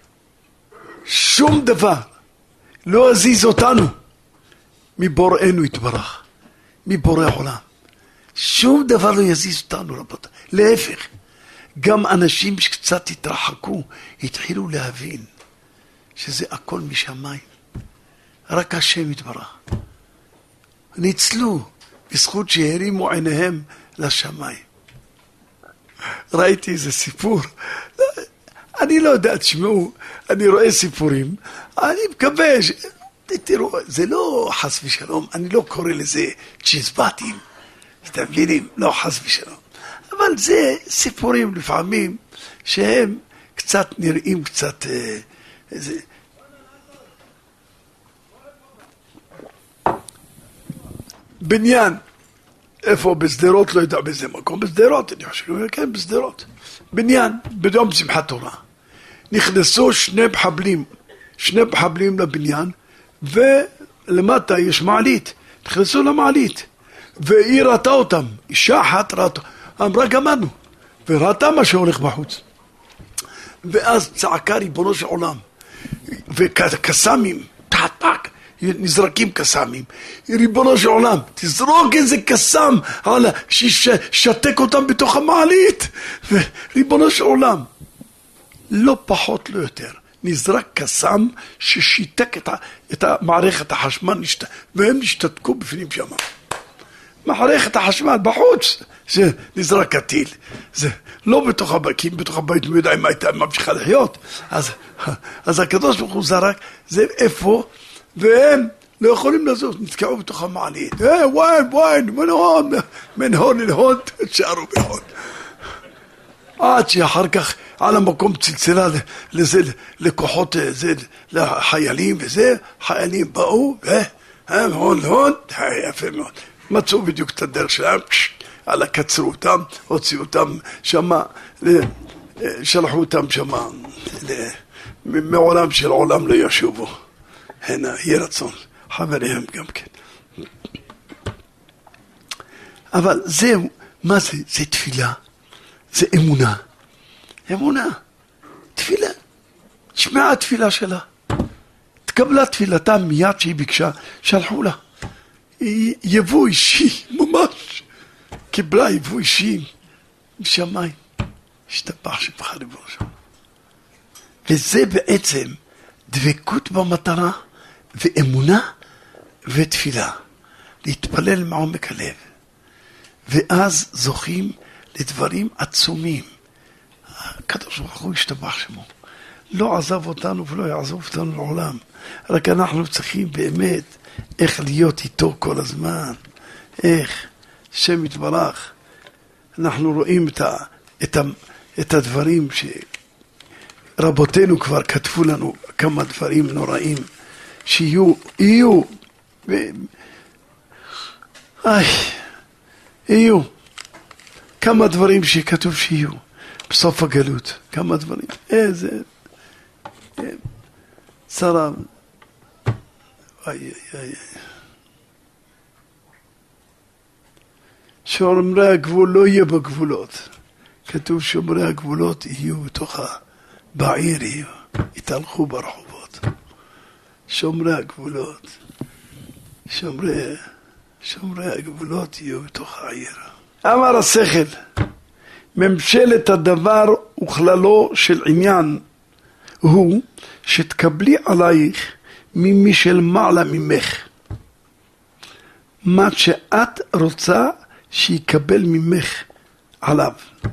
שום דבר לא הזיז אותנו מבוראנו יתברך, מבורא עולם. שום דבר לא יזיז אותנו, רבותיי. להפך, גם אנשים שקצת התרחקו, התחילו להבין שזה הכל משמיים. רק השם יתברך. ניצלו. בזכות שהרימו עיניהם לשמיים. ראיתי איזה סיפור, אני לא יודע, תשמעו, אני רואה סיפורים, אני מקווה, ש... תראו, זה לא חס ושלום, אני לא קורא לזה צ'יזבטים, אתם מבינים? לא חס ושלום. אבל זה סיפורים לפעמים, שהם קצת נראים קצת, איזה... בניין, איפה בסדרות, לא יודע באיזה מקום, בסדרות, אני חושב, כן, בסדרות. בניין, ביום שמחת תורה. נכנסו שני מחבלים, שני מחבלים לבניין, ולמטה יש מעלית. נכנסו למעלית, והיא ראתה אותם, אישה אחת ראתה, אמרה גמרנו, וראתה מה שהולך בחוץ. ואז צעקה ריבונו של עולם, וקסמים, טק-טק, נזרקים קסמים, ריבונו של עולם, תזרוק איזה קסם, ששתק אותם בתוך המעלית, וריבונו של עולם, לא פחות לא יותר, נזרק קסם ששיתק את, את מערכת החשמל, והם נשתתקו בפנים שם. מערכת החשמל בחוץ, שנזרק הטיל. זה לא בתוך הבית, כי בתוך הבית מי יודע אם הייתה ממשיכה לחיות. אז, אז הקדוש ברוך הוא זרק, זה איפה, והם לא יכולים לזוז, נתקעו בתוך המעלית. אה, ויין, ויין, מן הון, מן הון אל הון, תשארו בהון. עד שאחר כך על המקום צלצלה לזה, לכוחות, זה, לחיילים וזה, חיילים באו, והם הון הון, יפה מאוד. מצאו בדיוק את הדרך שלהם, הלאה, קצרו אותם, הוציאו אותם שמה, שלחו אותם שמה, מעולם של עולם לא ישובו. הנה, יהיה רצון, חבריהם גם כן. אבל זהו, מה זה? זה תפילה. זה אמונה. אמונה. תפילה. תשמע התפילה שלה. תקבלה תפילתה מיד שהיא ביקשה, שלחו לה. יבוא אישי, ממש. קיבלה יבוא אישי משמיים. השתבח שבח ריבונו של עולם. וזה בעצם דבקות במטרה ואמונה ותפילה. להתפלל מעומק הלב. ואז זוכים לדברים עצומים. הקדוש ברוך הוא השתבח שמו. לא עזב אותנו ולא יעזוב אותנו לעולם. רק אנחנו צריכים באמת איך להיות איתו כל הזמן. איך? שם יתברך. אנחנו רואים את, ה, את, ה, את הדברים שרבותינו כבר כתבו לנו כמה דברים נוראים שיהיו, יהיו, ו... איי, יהיו. כמה דברים שכתוב שיהיו בסוף הגלות, כמה דברים, איזה צרה, איי איי איי שומרי הגבול לא יהיה בגבולות, כתוב שומרי הגבולות יהיו בתוך בעיר, יהיו, יתהלכו ברחובות, שומרי הגבולות, שומרי, שומרי הגבולות יהיו בתוך העיר. אמר השכל, ממשלת הדבר וכללו של עניין הוא שתקבלי עלייך ממי של מעלה ממך מה שאת רוצה שיקבל ממך עליו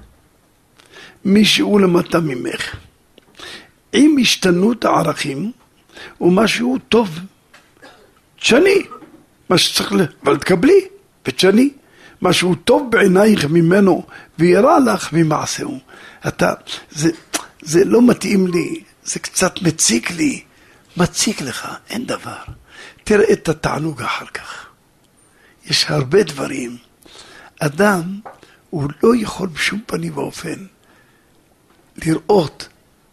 מישהו למטה ממך עם השתנות הערכים ומשהו טוב תשני מה שצריך ל... אבל תקבלי ותשני משהו טוב בעינייך ממנו ויראה לך ממעשהו. אתה, זה, זה לא מתאים לי, זה קצת מציק לי. מציק לך, אין דבר. תראה את התענוג אחר כך. יש הרבה דברים. אדם, הוא לא יכול בשום פנים ואופן לראות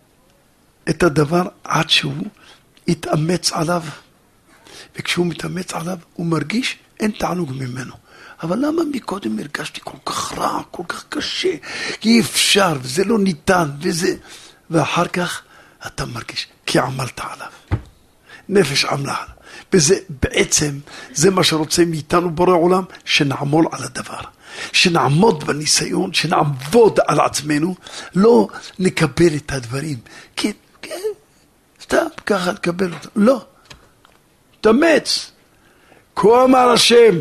את הדבר עד שהוא יתאמץ עליו. וכשהוא מתאמץ עליו, הוא מרגיש אין תענוג ממנו. אבל למה מקודם הרגשתי כל כך רע, כל כך קשה, אי אפשר, וזה לא ניתן, וזה... ואחר כך אתה מרגיש, כי עמלת עליו. נפש עמלה עליו. וזה בעצם, זה מה שרוצה מאיתנו בורא עולם, שנעמול על הדבר. שנעמוד בניסיון, שנעבוד על עצמנו, לא נקבל את הדברים. כן, כן, סתם ככה לקבל אותם. לא. תאמץ. כה אמר השם,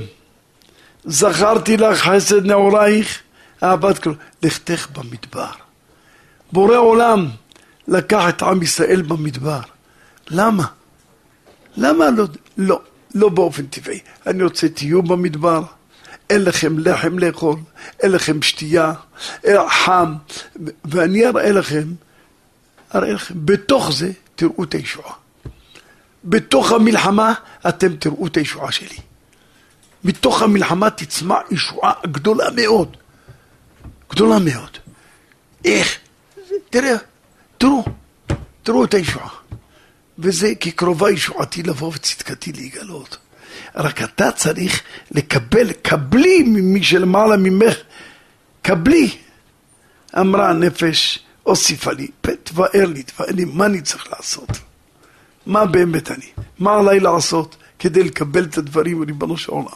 זכרתי לך חסד נעורייך, אהבת כל... לכתך במדבר. בורא עולם לקח את עם ישראל במדבר. למה? למה לא? לא, לא באופן טבעי. אני רוצה תהיו במדבר, אין לכם לחם לאכול, אין לכם שתייה, חם, ואני אראה לכם, אראה לכם, בתוך זה תראו את הישועה. בתוך המלחמה אתם תראו את הישועה שלי. מתוך המלחמה תצמח ישועה גדולה מאוד. גדולה מאוד. איך? תראה, תראו, תראו את הישועה. וזה כקרובה ישועתי לבוא וצדקתי להיגלות. רק אתה צריך לקבל, קבלי ממי שלמעלה ממך, קבלי. אמרה הנפש, הוסיפה לי, תבאר לי, תבאר לי, מה אני צריך לעשות? מה באמת אני? מה עליי לעשות כדי לקבל את הדברים ריבונו של עולם?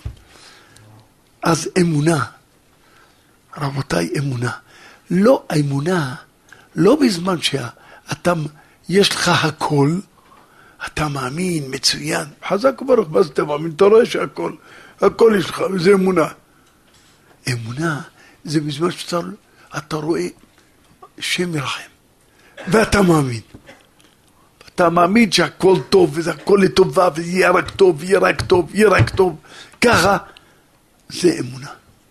אז אמונה, רבותיי, אמונה. לא אמונה, לא בזמן שאתה, יש לך הכל, אתה מאמין, מצוין, חזק וברוך, מה זה אתה מאמין? אתה רואה שהכל, הכל יש לך, וזה אמונה. אמונה זה בזמן שאתה אתה רואה שם ירחם, ואתה מאמין. אתה מאמין שהכל טוב, וזה הכל לטובה, ויהיה רק טוב, יהיה רק טוב, יהיה רק טוב. ככה, זה אמונה.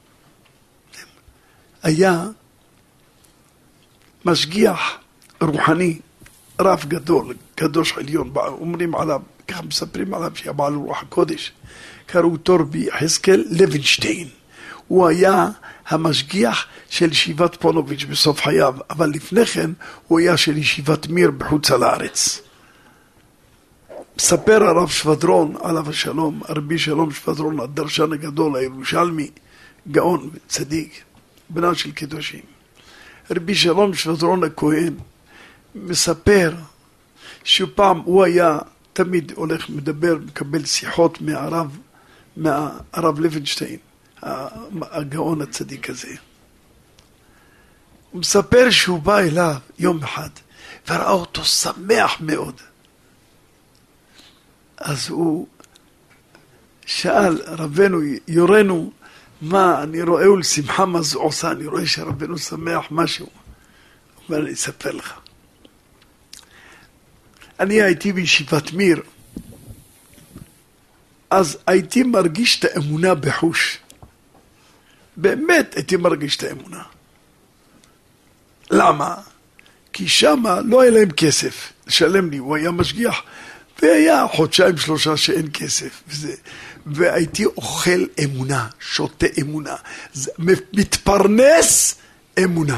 היה משגיח רוחני, רב גדול, קדוש עליון, אומרים עליו, ככה מספרים עליו שהיה בעל רוח הקודש, קראו תורבי יחזקאל לוינשטיין. הוא היה המשגיח של ישיבת פונוביץ' בסוף חייו, אבל לפני כן הוא היה של ישיבת מיר בחוץ על הארץ. מספר הרב שבדרון, עליו השלום, רבי שלום שבדרון, הדרשן הגדול, הירושלמי, גאון וצדיק, בנה של קדושים. רבי שלום שבדרון הכהן מספר שפעם הוא היה תמיד הולך מדבר, מקבל שיחות מהרב, מהרב לוינשטיין, הגאון הצדיק הזה. הוא מספר שהוא בא אליו יום אחד וראה אותו שמח מאוד. אז הוא שאל, רבנו יורנו, מה אני רואה ולשמחה מה זה עושה, אני רואה שרבנו שמח משהו. הוא אומר, אני אספר לך. אני הייתי בישיבת מיר, אז הייתי מרגיש את האמונה בחוש. באמת הייתי מרגיש את האמונה. למה? כי שמה לא היה להם כסף לשלם לי, הוא היה משגיח, והיה חודשיים שלושה שאין כסף, וזה, והייתי אוכל אמונה, שותה אמונה, זה, מתפרנס אמונה.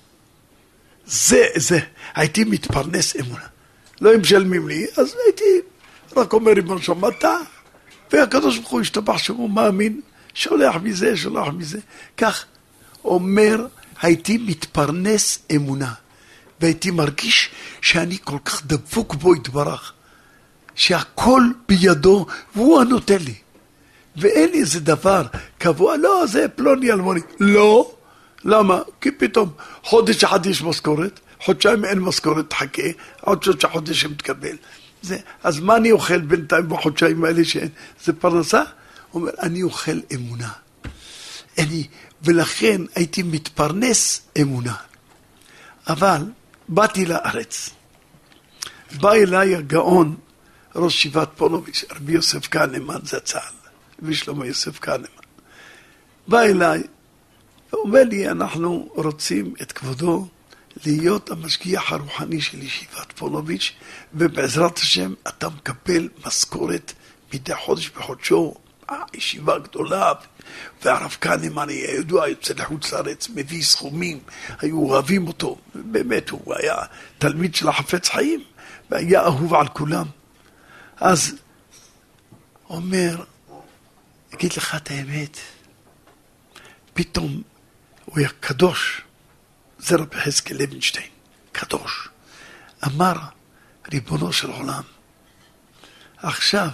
זה, זה, הייתי מתפרנס אמונה. לא משלמים לי, אז הייתי רק אומר ריבונו של עולם, אתה, והקדוש ברוך הוא השתבח שהוא מאמין, שולח מזה, שולח מזה. כך אומר, הייתי מתפרנס אמונה, והייתי מרגיש שאני כל כך דבוק בו יתברך, שהכל בידו, והוא הנותן לי. ואין לי איזה דבר קבוע, לא, זה פלוני אלמוני. לא, למה? כי פתאום חודש אחד יש משכורת, חודשיים אין משכורת, תחכה, עוד שלושה חודשים תקבל. זה, אז מה אני אוכל בינתיים בחודשיים האלה שאין? זה פרנסה? הוא אומר, אני אוכל אמונה. אני, ולכן הייתי מתפרנס אמונה. אבל באתי לארץ. בא אליי הגאון, ראש שיבת פונוביץ', רבי יוסף קהנמן זצ"ל, ושלמה יוסף קהנמן. בא אליי, ואומר לי, אנחנו רוצים את כבודו להיות המשגיח הרוחני של ישיבת פונוביץ', ובעזרת השם אתה מקבל משכורת מדי חודש בחודשו, ישיבה גדולה, והרב קהנמן היה ידוע, יוצא לחוץ לארץ, מביא סכומים, היו אוהבים אותו, באמת הוא היה תלמיד של החפץ חיים, והיה אהוב על כולם. אז אומר, אגיד לך את האמת, פתאום הוא היה קדוש, זה רבי יחזקאל לוינשטיין, קדוש, אמר, ריבונו של עולם, עכשיו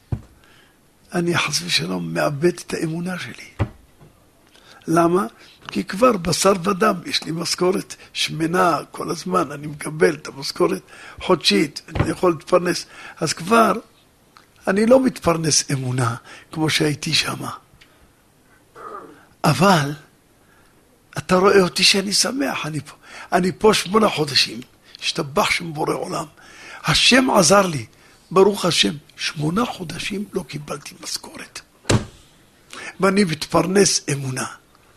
אני חס ושלום מאבד את האמונה שלי. למה? כי כבר בשר ודם, יש לי משכורת שמנה כל הזמן, אני מקבל את המשכורת חודשית, אני יכול להתפרנס, אז כבר אני לא מתפרנס אמונה כמו שהייתי שמה. אבל אתה רואה אותי שאני שמח, אני פה, אני פה שמונה חודשים, השתבח שם בורא עולם, השם עזר לי, ברוך השם, שמונה חודשים לא קיבלתי משכורת. ואני מתפרנס אמונה.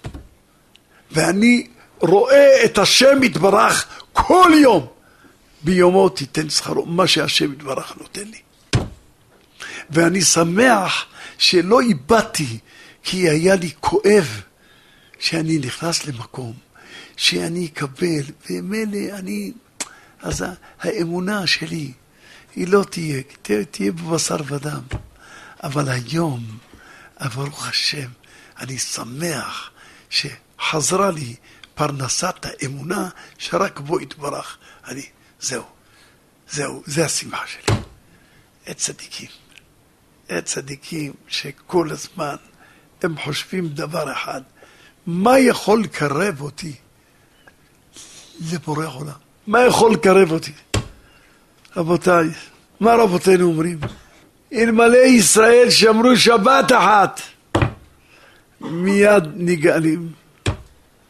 ואני רואה את השם יתברך כל יום. ביומו תיתן שכרו, מה שהשם יתברך נותן לי. ואני שמח שלא איבדתי, כי היה לי כואב שאני נכנס למקום, שאני אקבל, ומילא אני, אז האמונה שלי, היא לא תהיה, תהיה, תהיה בבשר ודם. אבל היום, ברוך השם, אני שמח שחזרה לי פרנסת האמונה שרק בו יתברך. אני, זהו, זהו, זה השמחה שלי. את צדיקים, את צדיקים שכל הזמן הם חושבים דבר אחד, מה יכול לקרב אותי לבורא עולם? מה יכול לקרב אותי? רבותיי, מה רבותינו אומרים? אלמלא ישראל שמרו שבת אחת, מיד נגאלים.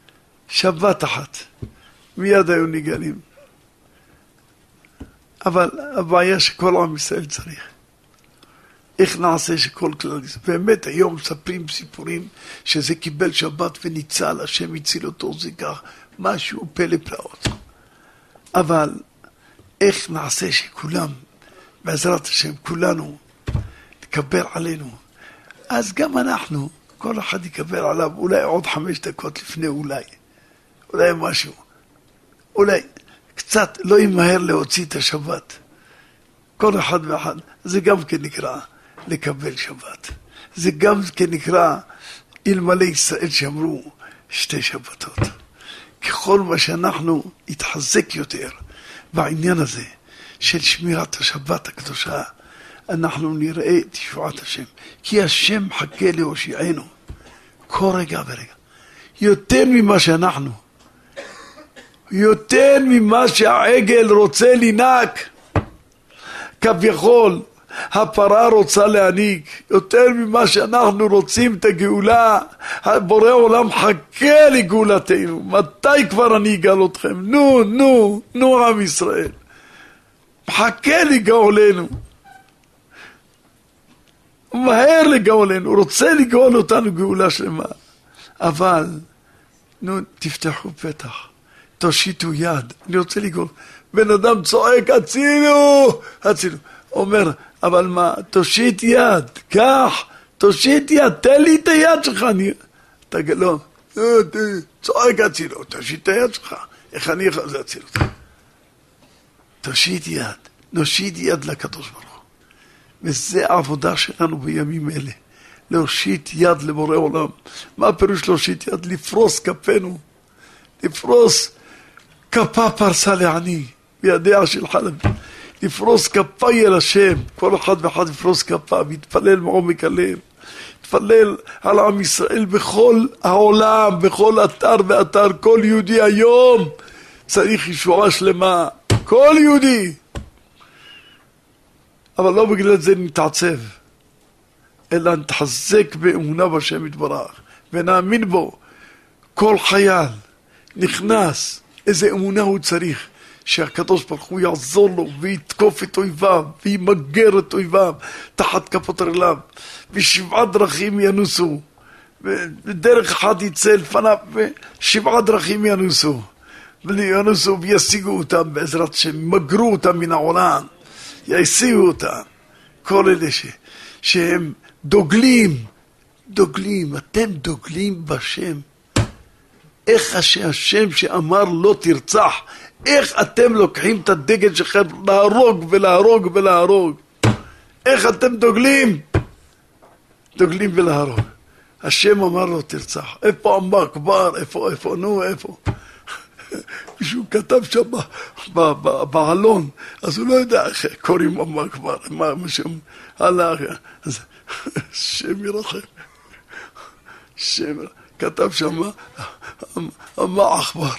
שבת אחת, מיד היו נגאלים. אבל הבעיה שכל עם ישראל צריך. איך נעשה שכל כלל ישראל? באמת היום מספרים סיפורים שזה קיבל שבת וניצל, השם הציל אותו, זה כך, משהו פלא פלאות. אבל איך נעשה שכולם, בעזרת השם, כולנו, נקבל עלינו. אז גם אנחנו, כל אחד יקבל עליו, אולי עוד חמש דקות לפני, אולי. אולי משהו. אולי קצת לא ימהר להוציא את השבת. כל אחד ואחד. זה גם כן נקרא לקבל שבת. זה גם כן נקרא אלמלא ישראל שאמרו שתי שבתות. ככל מה שאנחנו יתחזק יותר בעניין הזה של שמירת השבת הקדושה, אנחנו נראה את ישועת השם. כי השם מחכה להושיענו כל רגע ורגע. יותר ממה שאנחנו. יותר ממה שהעגל רוצה לנק. כביכול, הפרה רוצה להניק. יותר ממה שאנחנו רוצים את הגאולה. בורא עולם חכה לגאולתנו. מתי כבר אני אגאל אתכם? נו, נו, נו עם ישראל. מחכה לגאולנו. הוא מהר לגאולנו. הוא רוצה לגאול אותנו גאולה שלמה. אבל, נו, תפתחו פתח. תושיטו יד. אני רוצה לגאול. בן אדם צועק, הצילו, הצילו. אומר, אבל מה, תושיט יד, קח, תושיט יד, תן לי את היד שלך. אני... אתה לא, צועק הצילו, תושיט את היד שלך. איך אני יכול להציל אותך? תושיט יד, נושיט יד לקדוש ברוך הוא. וזה העבודה שלנו בימים אלה. להושיט יד לבורא עולם. מה הפירוש להושיט יד? לפרוס כפינו. לפרוס כפה פרסה לעני. בידיה של חלב. לפרוס כפה אל השם. כל אחד ואחד לפרוס כפה. והתפלל מעומק הלב. התפלל על עם ישראל בכל העולם. בכל אתר ואתר. כל יהודי היום צריך ישועה שלמה. כל יהודי. אבל לא בגלל זה נתעצב. אלא נתחזק באמונה בשם יתברך. ונאמין בו. כל חייל נכנס. איזה אמונה הוא צריך. שהקדוש ברוך הוא יעזור לו ויתקוף את אויביו וימגר את אויביו תחת כפות רגליו. ושבעה דרכים ינוסו. ודרך אחד יצא לפניו ושבעה דרכים ינוסו. וינוסו וישיגו אותם בעזרת השם. ימגרו אותם מן העולם. ישיגו אותם. כל אלה ש... שהם דוגלים. דוגלים. אתם דוגלים בשם. איך השם שאמר לא תרצח, איך אתם לוקחים את הדגל שלכם להרוג ולהרוג ולהרוג? איך אתם דוגלים? דוגלים ולהרוג. השם אמר לו תרצח. איפה אמר כבר? איפה, איפה, נו, איפה? מישהו כתב שם בעלון, אז הוא לא יודע איך קוראים אמר כבר, מה משום, הלאה, אז שם ירחם. שם ירחם. כתב שם, מה אכבר?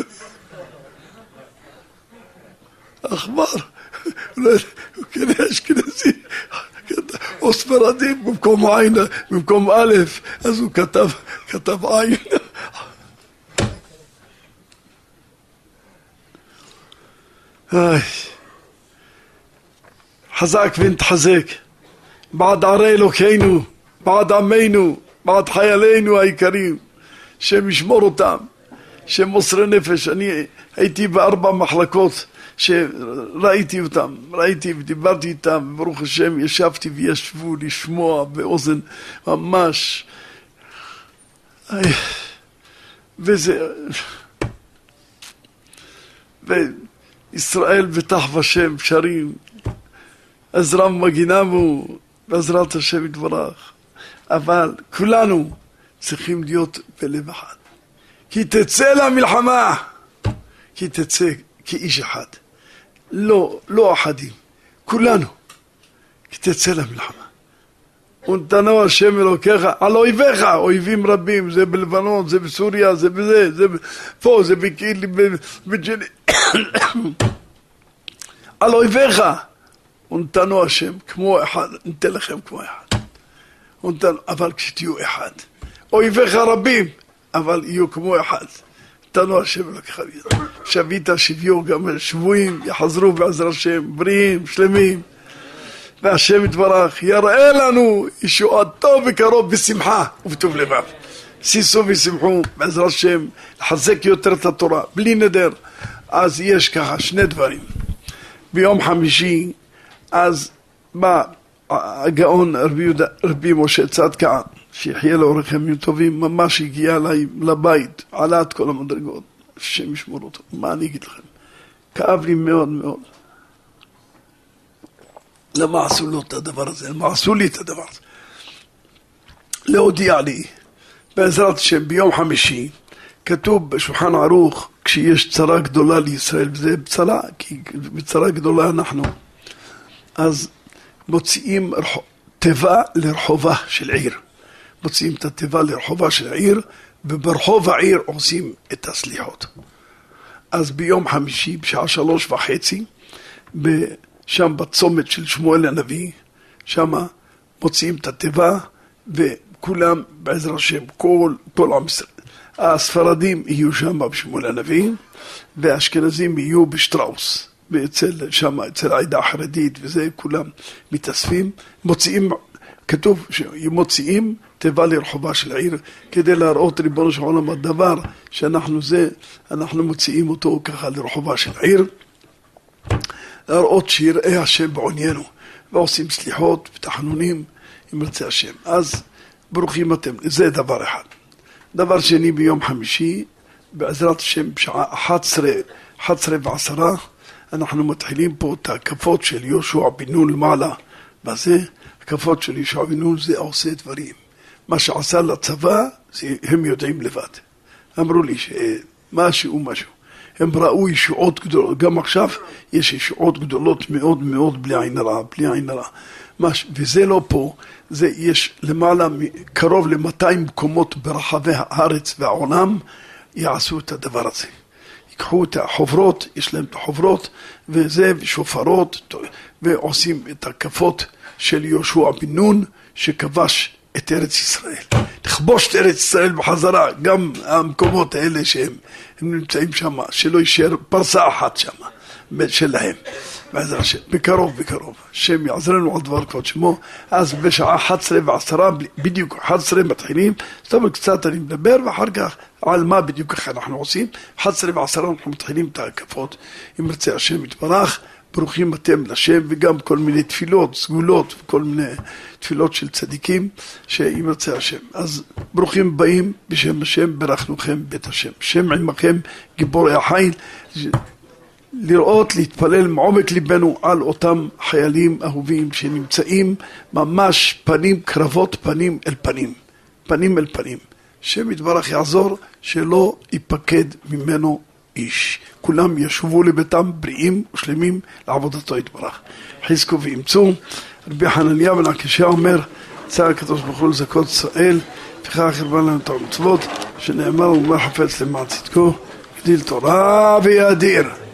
אכבר? הוא כנראה אשכנזי, או ספרדי במקום עין, במקום א', אז הוא כתב, כתב עין. חזק ונתחזק, בעד ערי אלוקינו, בעד עמנו, בעד חיילינו היקרים, שמשמור אותם, שמוסרי נפש. אני הייתי בארבע מחלקות שראיתי אותם, ראיתי ודיברתי איתם, ברוך השם ישבתי וישבו לשמוע באוזן ממש. וזה... וישראל בטח בשם שרים, עזרם מגינמו, בעזרת השם יתברך. אבל כולנו צריכים להיות בלב אחד. כי תצא למלחמה, כי תצא כאיש אחד. לא, לא אחדים, כולנו. כי תצא למלחמה. ונתנו השם אלוקיך על אויביך, אויבים רבים, זה בלבנון, זה בסוריה, זה בזה, זה פה, זה בקהיל, בג'ני. על אויביך, ונתנו השם כמו אחד, ניתן לכם כמו אחד. ונתנו, אבל כשתהיו אחד, אויביך רבים, אבל יהיו כמו אחד. אותנו השם לקחה. שבית שביו גם שבויים, יחזרו בעזר השם, בריאים, שלמים. והשם יתברך, יראה לנו ישועתו בקרוב בשמחה ובטוב לבב. שישו ושמחו בעזר השם, לחזק יותר את התורה, בלי נדר. אז יש ככה שני דברים. ביום חמישי, אז בא הגאון רבי, יהודה, רבי משה צדקה, שיחיה לאורך ימים טובים, ממש הגיע אליי לבית, עלה את כל המדרגות, השם ישמור אותו. מה אני אגיד לכם? כאב לי מאוד מאוד. למה עשו לו את הדבר הזה? למה עשו לי את הדבר הזה? להודיע לי, בעזרת השם, ביום חמישי, כתוב בשולחן ערוך, כשיש צרה גדולה לישראל, וזה בצרה, כי בצרה גדולה אנחנו, אז מוציאים תיבה לרחובה של עיר. מוציאים את התיבה לרחובה של העיר, וברחוב העיר עושים את הסליחות. אז ביום חמישי, בשעה שלוש וחצי, שם בצומת של שמואל הנביא, שם מוציאים את התיבה, וכולם בעזר השם, כל, כל עם ישראל. הספרדים יהיו שם בשמואל הנביא, והאשכנזים יהיו בשטראוס, ואצל, שם, אצל העדה החרדית, וזה כולם מתאספים, מוציאים, כתוב שמוציאים תיבה לרחובה של העיר, כדי להראות ריבונו של עולם הדבר, שאנחנו זה, אנחנו מוציאים אותו ככה לרחובה של העיר, להראות שיראה השם בעוניינו, ועושים סליחות ותחנונים, אם רצה השם. אז ברוכים אתם, זה דבר אחד. דבר שני, ביום חמישי, בעזרת השם, בשעה אחת עשרה, אחת עשרה ועשרה, אנחנו מתחילים פה את הקפות של יהושע בן נון למעלה. מה זה? הקפות של יהושע בן נון זה עושה דברים. מה שעשה לצבא, זה הם יודעים לבד. אמרו לי שמשהו משהו. הם ראו ישועות גדולות, גם עכשיו יש ישועות גדולות מאוד מאוד בלי עין הרע, בלי עין הרע. וזה לא פה, זה יש למעלה, קרוב ל-מאתיים מקומות ברחבי הארץ והעולם, יעשו את הדבר הזה. ייקחו את החוברות, יש להם את החוברות, וזה, ושופרות, ועושים את הקפות של יהושע בן נון, שכבש את ארץ ישראל. לכבוש את ארץ ישראל בחזרה, גם המקומות האלה שהם נמצאים שם, שלא יישאר פרסה אחת שם, שלהם. בעזר השם, בקרוב, בקרוב. השם יעזרנו על דבר כבוד שמו. אז בשעה אחת עשרה ועשרה, בדיוק אחת עשרה מתחילים, זאת אומרת קצת אני מדבר, ואחר כך על מה בדיוק ככה אנחנו עושים. אחת עשרה ועשרה אנחנו מתחילים את ההקפות. אם רצה השם יתברך, ברוכים אתם לשם, וגם כל מיני תפילות, סגולות, וכל מיני תפילות של צדיקים, שאם רצה השם. אז ברוכים באים בשם השם, ברכנוכם בית השם. שם עמכם, גיבורי החיל, לראות, להתפלל מעומק ליבנו על אותם חיילים אהובים שנמצאים ממש פנים, קרבות פנים אל פנים, פנים אל פנים. שם יתברך יעזור שלא ייפקד ממנו איש. כולם ישובו לביתם בריאים ושלמים לעבודתו יתברך. חזקו ואמצו. רבי חנניה בן עקשיא אומר, צער הקדוש ברוך הוא לזכות ישראל, וכך ירבה לנו את המצוות, שנאמר ומר חפץ למען צדקו, גדיל תורה ויאדיר.